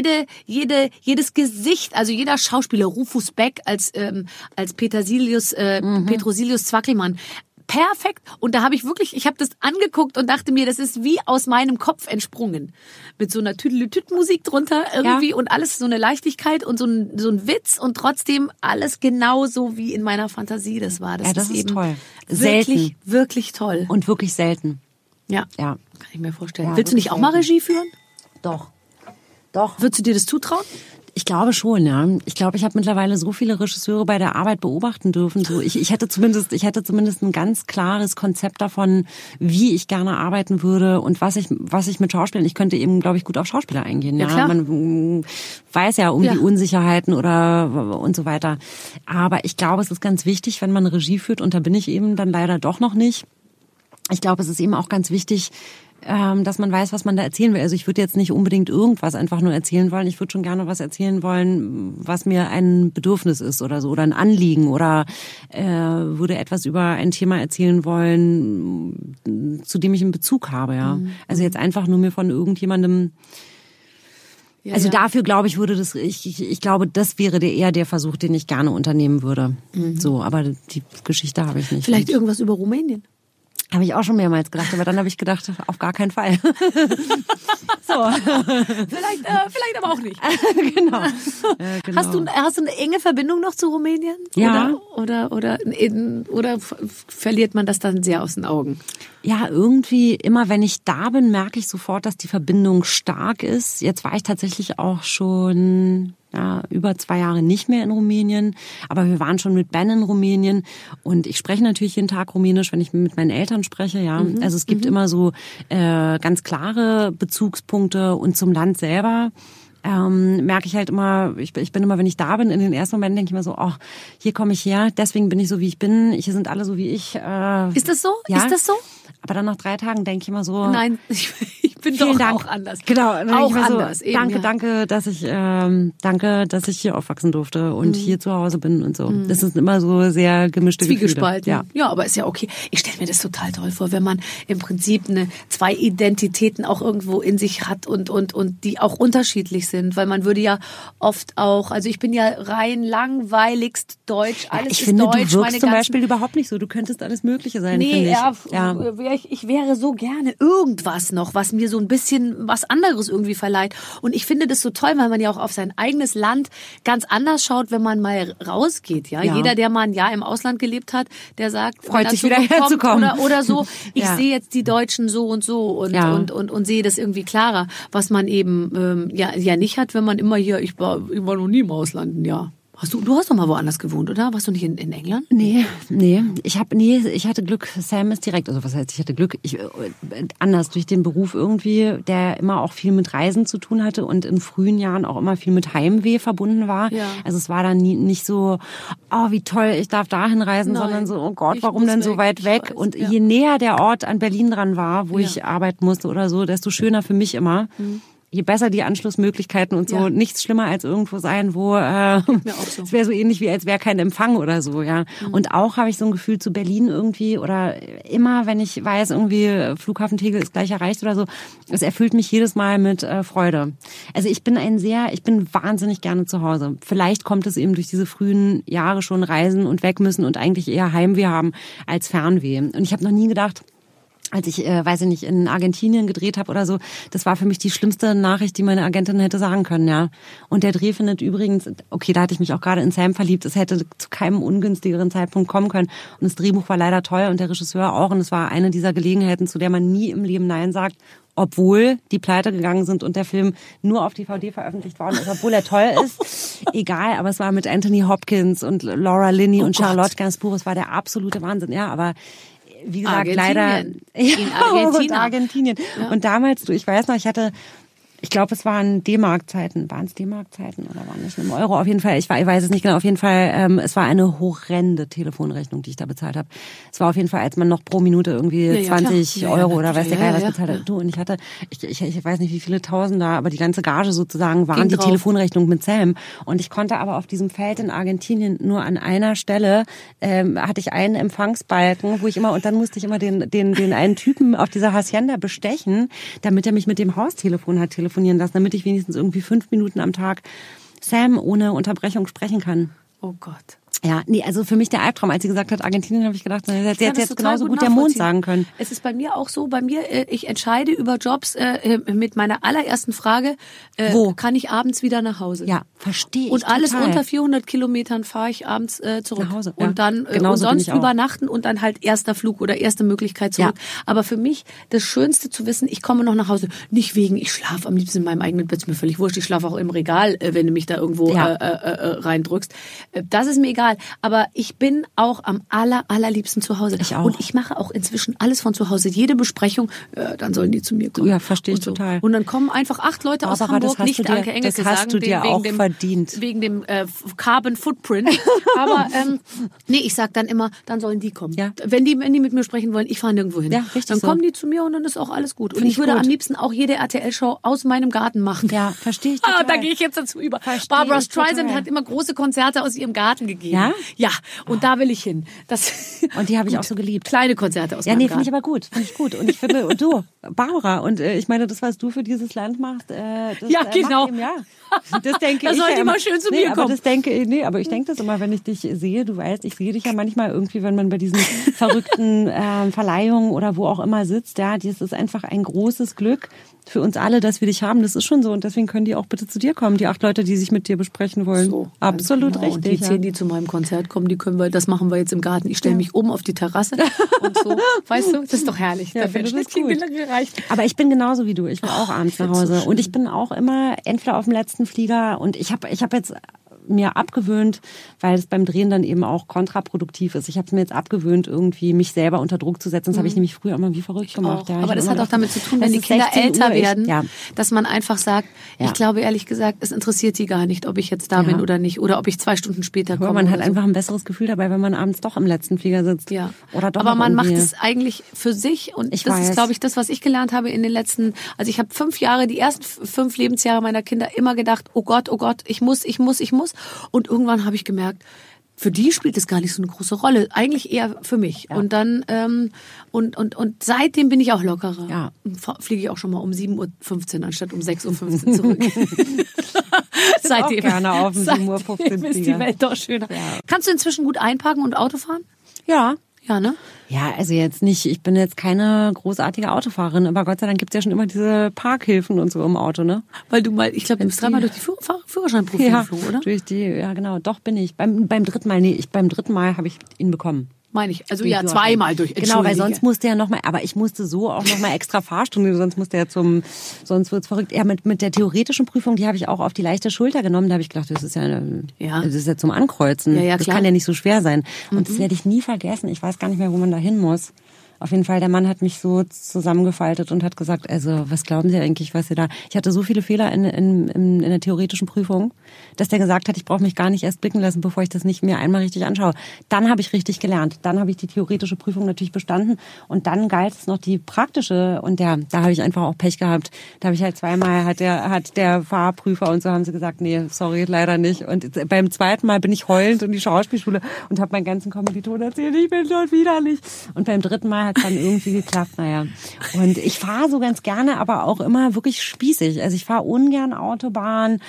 jedes Gesicht, also jeder Schauspieler, Rufus Beck als Petrosilius Zwackelmann, perfekt. Und da habe ich habe das angeguckt und dachte mir, das ist wie aus meinem Kopf entsprungen. Mit so einer Tüdelütüt-Musik drunter irgendwie und alles so eine Leichtigkeit und so ein Witz und trotzdem alles genauso wie in meiner Fantasie das war. Das ist eben toll. Wirklich, wirklich toll. Und wirklich selten. Ja. Kann ich mir vorstellen. Ja, willst du nicht auch mal Regie führen? Doch. Würdest du dir das zutrauen? Ich glaube schon, ja. Ich glaube, ich habe mittlerweile so viele Regisseure bei der Arbeit beobachten dürfen. So, ich hätte zumindest ein ganz klares Konzept davon, wie ich gerne arbeiten würde und was ich mit Schauspielern. Ich könnte eben, glaube ich, gut auf Schauspieler eingehen. Ja, klar. Man weiß ja um die Unsicherheiten und so weiter. Aber ich glaube, es ist ganz wichtig, wenn man Regie führt, und da bin ich eben dann leider doch noch nicht. Ich glaube, es ist eben auch ganz wichtig, dass man weiß, was man da erzählen will. Also ich würde jetzt nicht unbedingt irgendwas einfach nur erzählen wollen. Ich würde schon gerne was erzählen wollen, was mir ein Bedürfnis ist oder so oder ein Anliegen oder würde etwas über ein Thema erzählen wollen, zu dem ich einen Bezug habe. Ja, also jetzt einfach nur mir von irgendjemandem. Ja, also dafür glaube ich, würde das. Ich glaube, das wäre eher der Versuch, den ich gerne unternehmen würde. So, aber die Geschichte habe ich nicht. Vielleicht irgendwas über Rumänien. Habe ich auch schon mehrmals gedacht, aber dann habe ich gedacht, auf gar keinen Fall. So. Vielleicht aber auch nicht. Genau. Hast du eine enge Verbindung noch zu Rumänien? Ja. Oder verliert man das dann sehr aus den Augen? Ja, irgendwie immer, wenn ich da bin, merke ich sofort, dass die Verbindung stark ist. Jetzt war ich tatsächlich auch schon über 2 Jahre nicht mehr in Rumänien, aber wir waren schon mit Ben in Rumänien und ich spreche natürlich jeden Tag Rumänisch, wenn ich mit meinen Eltern spreche. Ja, also es gibt immer so ganz klare Bezugspunkte und zum Land selber. Merke ich halt immer, ich bin immer, wenn ich da bin, in den ersten Momenten denke ich immer so, oh, hier komme ich her, deswegen bin ich so, wie ich bin, hier sind alle so, wie ich. Ist das so? Ja. Ist das so? Aber dann nach 3 Tagen denke ich immer so... Nein, ich bin doch auch anders. Genau. Auch anders. So, eben, danke, dass ich hier aufwachsen durfte und hier zu Hause bin und so. Das ist immer so sehr gemischte Zwiegespalten. Gefühle. Ja, aber ist ja okay. Ich stelle mir das total toll vor, wenn man im Prinzip 2 Identitäten auch irgendwo in sich hat und die auch unterschiedlich sind, weil man würde ja oft auch, also ich bin ja rein langweiligst deutsch, alles ich ist finde, deutsch. Du wirkst zum Beispiel überhaupt nicht so. Du könntest alles Mögliche sein, finde ich. Ich wäre so gerne irgendwas noch, was mir so ein bisschen was anderes irgendwie verleiht. Und ich finde das so toll, weil man ja auch auf sein eigenes Land ganz anders schaut, wenn man mal rausgeht. Ja, jeder, der mal ein Jahr im Ausland gelebt hat, der sagt, freut sich wieder herzukommen oder so. Ich sehe jetzt die Deutschen so und so und sehe das irgendwie klarer, was man eben ja nicht hat, wenn man immer hier. Ich war noch nie im Ausland ein Jahr. Du hast doch mal woanders gewohnt, oder? Warst du nicht in England? Nee. Ich hatte Glück. Sam ist direkt, also was heißt, ich hatte Glück? Anders durch den Beruf irgendwie, der immer auch viel mit Reisen zu tun hatte und in frühen Jahren auch immer viel mit Heimweh verbunden war. Ja. Also es war dann nicht so, oh, wie toll, ich darf dahin reisen, sondern so, oh Gott, warum denn so weit weg? Und je näher der Ort an Berlin dran war, wo ich arbeiten musste oder so, desto schöner für mich immer. Je besser die Anschlussmöglichkeiten und so, nichts schlimmer als irgendwo sein, wo es wäre so ähnlich wie als wäre kein Empfang oder so, ja. Und auch habe ich so ein Gefühl zu Berlin irgendwie oder immer, wenn ich weiß, irgendwie Flughafen Tegel ist gleich erreicht oder so, es erfüllt mich jedes Mal mit Freude. Also ich bin wahnsinnig gerne zu Hause. Vielleicht kommt es eben durch diese frühen Jahre schon reisen und weg müssen und eigentlich eher Heimweh haben als Fernweh. Und ich habe noch nie gedacht, als ich, in Argentinien gedreht habe oder so, das war für mich die schlimmste Nachricht, die meine Agentin hätte sagen können, ja. Und der Dreh findet übrigens, okay, da hatte ich mich auch gerade in Sam verliebt, es hätte zu keinem ungünstigeren Zeitpunkt kommen können. Und das Drehbuch war leider toll und der Regisseur auch. Und es war eine dieser Gelegenheiten, zu der man nie im Leben Nein sagt, obwohl die pleite gegangen sind und der Film nur auf DVD veröffentlicht worden ist, obwohl er toll ist. Egal, aber es war mit Anthony Hopkins und Laura Linney und Charlotte Gainsbourg, es war der absolute Wahnsinn, ja, aber wie gesagt, leider in Argentinien. Ja. Und damals, ich weiß noch, ich glaube, es waren D-Mark-Zeiten. Waren es D-Mark-Zeiten oder waren es im Euro? Auf jeden Fall, ich weiß es nicht genau. Auf jeden Fall, es war eine horrende Telefonrechnung, die ich da bezahlt habe. Es war auf jeden Fall, als man noch pro Minute irgendwie 20 Euro oder weiß der Geil was bezahlt hat. Du, und ich hatte, ich weiß nicht, wie viele Tausender, aber die ganze Gage sozusagen waren die Telefonrechnung mit Sam. Und ich konnte aber auf diesem Feld in Argentinien nur an einer Stelle, hatte ich einen Empfangsbalken, und dann musste ich immer den einen Typen auf dieser Hacienda bestechen, damit er mich mit dem Haustelefon hat telefonieren lassen, damit ich wenigstens irgendwie 5 Minuten am Tag Sam ohne Unterbrechung sprechen kann. Oh Gott. Ja, nee, also für mich der Albtraum. Als sie gesagt hat, Argentinien, habe ich gedacht, sie hätte jetzt genauso gut der Mond sagen können. Es ist bei mir auch so, ich entscheide über Jobs mit meiner allerersten Frage, wo kann ich abends wieder nach Hause? Ja, verstehe ich. Und alles unter 400 Kilometern fahre ich abends zurück. Nach Hause. Und dann und sonst übernachten und dann halt erster Flug oder erste Möglichkeit zurück. Ja. Aber für mich das Schönste zu wissen, ich komme noch nach Hause. Nicht wegen, ich schlafe am liebsten in meinem eigenen Bett, ist mir völlig wurscht. Ich schlafe auch im Regal, wenn du mich da irgendwo reindrückst. Das ist mir egal. egal. Aber ich bin auch am allerliebsten zu Hause. Ich auch. Und ich mache auch inzwischen alles von zu Hause. Jede Besprechung, dann sollen die zu mir kommen. Ja, verstehe ich total. Und dann kommen einfach 8 Leute aus Hamburg, nicht Anke Engelke sagen. Das hast du dir auch verdient. Wegen dem Carbon Footprint. Aber nee, ich sag dann immer, dann sollen die kommen. Ja. Wenn die mit mir sprechen wollen, ich fahre nirgendwo hin. Ja, richtig dann kommen die zu mir und dann ist auch alles gut. Und ich würde am liebsten auch jede RTL-Show aus meinem Garten machen. Ja, verstehe ich total. Da gehe ich jetzt dazu über. Barbra Streisand hat immer große Konzerte aus ihrem Garten gegeben. Ja? Ja, und da will ich hin. Und die habe ich auch so geliebt. Kleine Konzerte aus meinem Garten. Ja, nee, finde ich aber gut. Finde ich gut. Und ich finde, und du, Barbara, und ich meine, das, was du für dieses Land machst, das genau. Ihm, ja. Das denke ich. Da sollte mal schön zu mir kommen. Aber ich denke das immer, wenn ich dich sehe, du weißt, ich sehe dich ja manchmal irgendwie, wenn man bei diesen verrückten Verleihungen oder wo auch immer sitzt, ja, das ist einfach ein großes Glück für uns alle, dass wir dich haben. Das ist schon so und deswegen können die auch bitte zu dir kommen, die 8 Leute, die sich mit dir besprechen wollen. So, absolut genau. Richtig. Und die 10, die zu meinem Konzert kommen, das machen wir jetzt im Garten. Ich stelle mich oben auf die Terrasse und so. Weißt du, das ist doch herrlich. Ja, da wird gereicht. Aber ich bin genauso wie du. Ich will auch abends nach Hause. So und ich bin auch immer entweder auf dem letzten Flieger und ich hab jetzt mir abgewöhnt, weil es beim Drehen dann eben auch kontraproduktiv ist. Ich habe es mir jetzt abgewöhnt, irgendwie mich selber unter Druck zu setzen. Das habe ich nämlich früher immer wie verrückt gemacht. Ja, aber das hat auch damit zu tun, wenn die Kinder älter werden, dass man einfach sagt, ich glaube ehrlich gesagt, es interessiert die gar nicht, ob ich jetzt da bin oder nicht. Oder ob ich 2 Stunden später komme. Aber man hat einfach ein besseres Gefühl dabei, wenn man abends doch im letzten Flieger sitzt. Ja. Oder doch aber man macht es eigentlich für sich. Und das ist, glaube ich, das, was ich gelernt habe in den letzten, also ich habe 5 Jahre, die ersten 5 Lebensjahre meiner Kinder immer gedacht, oh Gott, ich muss. Und irgendwann habe ich gemerkt, für die spielt es gar nicht so eine große Rolle. Eigentlich eher für mich. Ja. Und dann, und seitdem bin ich auch lockerer. Ja. Und fliege ich auch schon mal um 7:15 Uhr anstatt um 6:15 Uhr zurück. Seitdem. Auch gerne auf um 7:15 Uhr. Ist die Welt doch schöner. Ja. Kannst du inzwischen gut einparken und Auto fahren? Ja. Ja, ne? Ja, also jetzt nicht, ich bin jetzt keine großartige Autofahrerin, aber Gott sei Dank gibt's ja schon immer diese Parkhilfen und so im Auto, ne? Weil du mal, ich glaube, du bist 3-mal durch die Führerscheinprüfung geflogen, oder? Ja, genau, doch bin ich. Beim dritten Mal habe ich ihn bekommen. Meine ich. Also ja, 2-mal durch. Genau, weil sonst musste er nochmal, aber ich musste so auch nochmal extra Fahrstunde, sonst musste er sonst wird's verrückt. Ja, mit der theoretischen Prüfung, die habe ich auch auf die leichte Schulter genommen. Da habe ich gedacht, das ist ja zum Ankreuzen. Ja, das kann ja nicht so schwer sein. Und das werde ich nie vergessen. Ich weiß gar nicht mehr, wo man da hin muss. Auf jeden Fall, der Mann hat mich so zusammengefaltet und hat gesagt, also was glauben Sie eigentlich, was Sie da... Ich hatte so viele Fehler in der theoretischen Prüfung, dass der gesagt hat, ich brauche mich gar nicht erst blicken lassen, bevor ich das nicht mir einmal richtig anschaue. Dann habe ich richtig gelernt. Dann habe ich die theoretische Prüfung natürlich bestanden und dann galt es noch die praktische und da habe ich einfach auch Pech gehabt. Da habe ich halt 2-mal, hat der Fahrprüfer und so haben sie gesagt, nee, sorry, leider nicht. Und beim 2. Mal bin ich heulend in die Schauspielschule und habe meinen ganzen Kommilitonen erzählt, ich bin dort wieder nicht. Und beim 3. Mal hat dann irgendwie geklappt, naja. Und ich fahre so ganz gerne, aber auch immer wirklich spießig. Also ich fahre ungern Autobahn.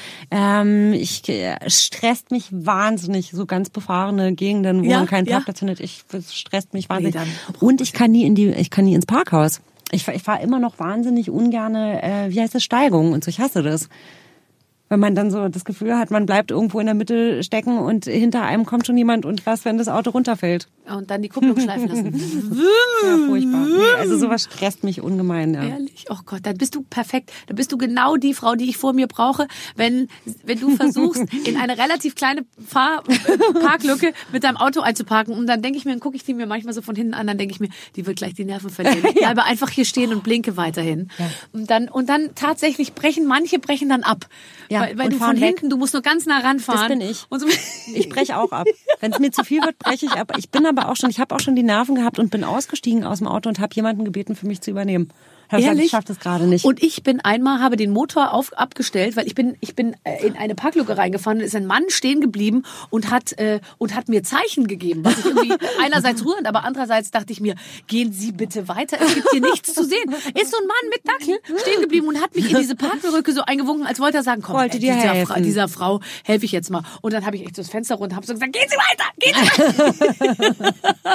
Es stresst mich wahnsinnig, so ganz befahrene Gegenden, wo man keinen Parkplatz findet. Es stresst mich wahnsinnig. Und ich kann nie ins Parkhaus. Ich fahre immer noch wahnsinnig ungerne, Steigungen und so. Ich hasse das. Wenn man dann so das Gefühl hat, man bleibt irgendwo in der Mitte stecken und hinter einem kommt schon jemand und was, wenn das Auto runterfällt? Und dann die Kupplung schleifen lassen. Ja, furchtbar. Nee, also sowas stresst mich ungemein. Ja. Ehrlich? Oh Gott, dann bist du perfekt. Dann bist du genau die Frau, die ich vor mir brauche, wenn du versuchst, in eine relativ kleine Parklücke mit deinem Auto einzuparken. Und dann gucke ich die mir manchmal so von hinten an, dann denke ich mir, die wird gleich die Nerven verlieren. Ich bleibe einfach hier stehen und blinke weiterhin. Ja. Und dann tatsächlich manche brechen dann ab. Ja, weil du von hinten, du musst nur ganz nah ranfahren. Das bin ich. Und so. Ich breche auch ab. Wenn es mir zu viel wird, breche ich ab. Ich habe auch schon die Nerven gehabt und bin ausgestiegen aus dem Auto und habe jemanden gebeten, für mich zu übernehmen. Ich schaffe das gerade nicht. Und ich bin habe den Motor abgestellt, weil ich bin in eine Parklücke reingefahren und ist ein Mann stehen geblieben und hat mir Zeichen gegeben, was ich irgendwie einerseits rührend, aber andererseits dachte ich mir, gehen Sie bitte weiter, es gibt hier nichts zu sehen. Ist so ein Mann mit Dackel stehen geblieben und hat mich in diese Parklücke so eingewunken, als wollte er sagen, komm, dieser Frau helfe ich jetzt mal. Und dann habe ich echt so das Fenster runter und habe so gesagt, gehen Sie weiter.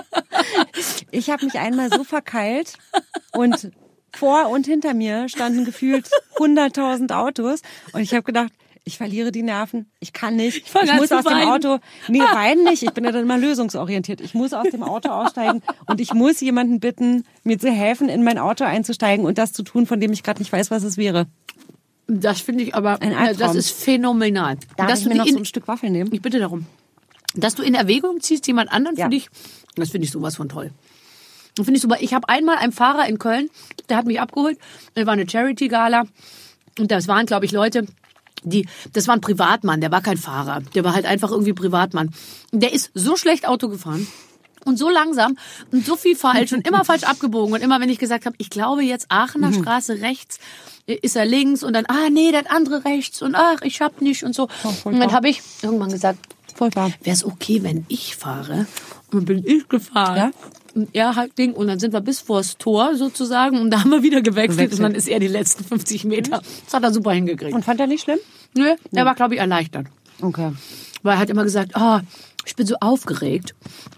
Ich habe mich einmal so verkeilt und vor und hinter mir standen gefühlt 100.000 Autos und ich habe gedacht, ich verliere die Nerven, ich kann nicht, ich muss aus dem Auto, weinen nicht, ich bin ja dann immer lösungsorientiert, ich muss aus dem Auto aussteigen und ich muss jemanden bitten, mir zu helfen, in mein Auto einzusteigen und das zu tun, von dem ich gerade nicht weiß, was es wäre. Das finde ich aber, das ist phänomenal. Darf ich mir noch so ein Stück Waffel nehmen? Ich bitte darum. Dass du in Erwägung ziehst, jemand anderen für dich, das finde ich sowas von toll. Und finde ich super. Ich habe einmal einen Fahrer in Köln, der hat mich abgeholt. Da war eine Charity-Gala. Und das waren, glaube ich, Leute, das war ein Privatmann, der war kein Fahrer. Der war halt einfach irgendwie Privatmann. Und der ist so schlecht Auto gefahren. Und so langsam und so viel falsch und immer falsch abgebogen. Und immer, wenn ich gesagt habe, ich glaube jetzt Aachener Straße rechts, ist er links. Und dann, nee, das andere rechts. Und ich hab nicht und so. Und dann habe ich irgendwann gesagt, wäre es okay, wenn ich fahre? Und dann bin ich gefahren. Ja? Und er halt Ding. Und dann sind wir bis vors Tor sozusagen. Und da haben wir wieder gewechselt. Und dann ist er die letzten 50 Meter. Das hat er super hingekriegt. Und fand er nicht schlimm? Nö, er war, glaube ich, erleichtert. Okay. Weil er hat immer gesagt, ich bin so aufgeregt.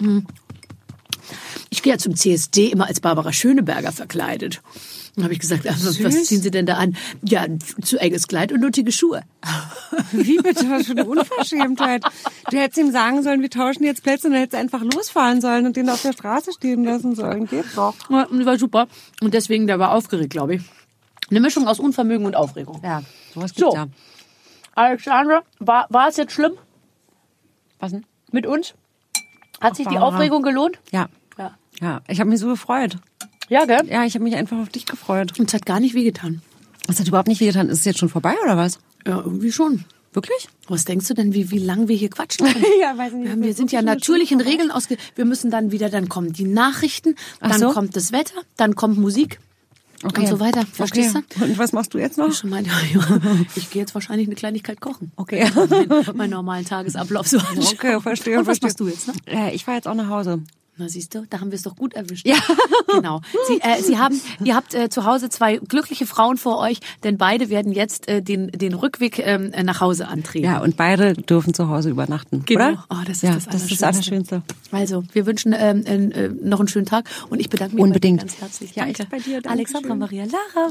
Ich gehe ja zum CSD immer als Barbara Schöneberger verkleidet. Dann habe ich gesagt, was ziehen Sie denn da an? Ja, zu enges Kleid und nötige Schuhe. Wie bitte? Was für eine Unverschämtheit. Du hättest ihm sagen sollen, wir tauschen jetzt Plätze und dann hättest einfach losfahren sollen und den auf der Straße stehen lassen sollen. Geht doch. Ja, das war super. Und deswegen, der war aufgeregt, glaube ich. Eine Mischung aus Unvermögen und Aufregung. Ja, sowas gibt's ja. Alexandra, war es jetzt schlimm? Was denn? Mit uns? Hat sich die Aufregung gelohnt? Ja. Ja, ich habe mich so gefreut. Ja, gell? Ja, ich habe mich einfach auf dich gefreut. Und es hat gar nicht wehgetan. Es hat überhaupt nicht wehgetan. Ist es jetzt schon vorbei oder was? Ja, irgendwie schon. Wirklich? Was denkst du denn, wie lang wir hier quatschen können? Ja, weiß ich nicht. Wir sind ja natürlichen Regeln wir müssen dann wieder, dann kommen die Nachrichten, dann kommt das Wetter, dann kommt Musik. Okay. Und so weiter. Verstehst du? Und was machst du jetzt noch? Ich gehe jetzt wahrscheinlich eine Kleinigkeit kochen. Okay. Meinen normalen Tagesablauf so anschauen. Okay, verstehe. Und was machst du jetzt? Ne? Ich fahre jetzt auch nach Hause. Na, siehst du, da haben wir es doch gut erwischt. Ja. Genau. Ihr habt zu Hause 2 glückliche Frauen vor euch, denn beide werden jetzt den Rückweg nach Hause antreten. Ja, und beide dürfen zu Hause übernachten, genau. Oder? Oh, das ist das Allerschönste. Also, wir wünschen noch einen schönen Tag und ich bedanke mich unbedingt ganz herzlich. Ja, danke. Ich bei dir. Alexandra Maria Lara.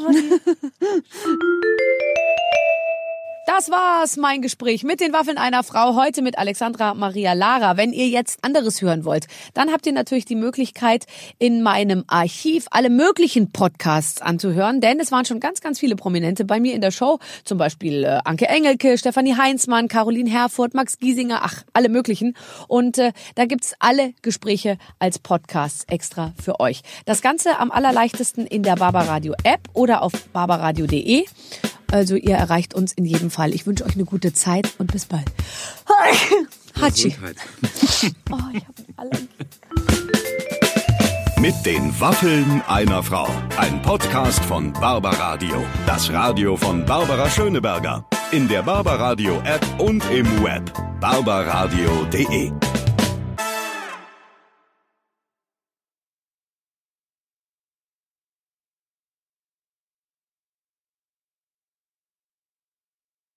Das war's, mein Gespräch mit den Waffeln einer Frau, heute mit Alexandra Maria Lara. Wenn ihr jetzt anderes hören wollt, dann habt ihr natürlich die Möglichkeit, in meinem Archiv alle möglichen Podcasts anzuhören, denn es waren schon ganz, ganz viele Prominente bei mir in der Show, zum Beispiel Anke Engelke, Stefanie Heinzmann, Caroline Herfurth, Max Giesinger, alle möglichen. Und da gibt's alle Gespräche als Podcasts extra für euch. Das Ganze am allerleichtesten in der Barbaradio App oder auf barbaradio.de. Also ihr erreicht uns in jedem Fall. Ich wünsche euch eine gute Zeit und bis bald. Hatschi. Oh, ich hab alle. Mit den Waffeln einer Frau. Ein Podcast von Barbaradio. Das Radio von Barbara Schöneberger. In der Barbaradio App und im Web. barbaradio.de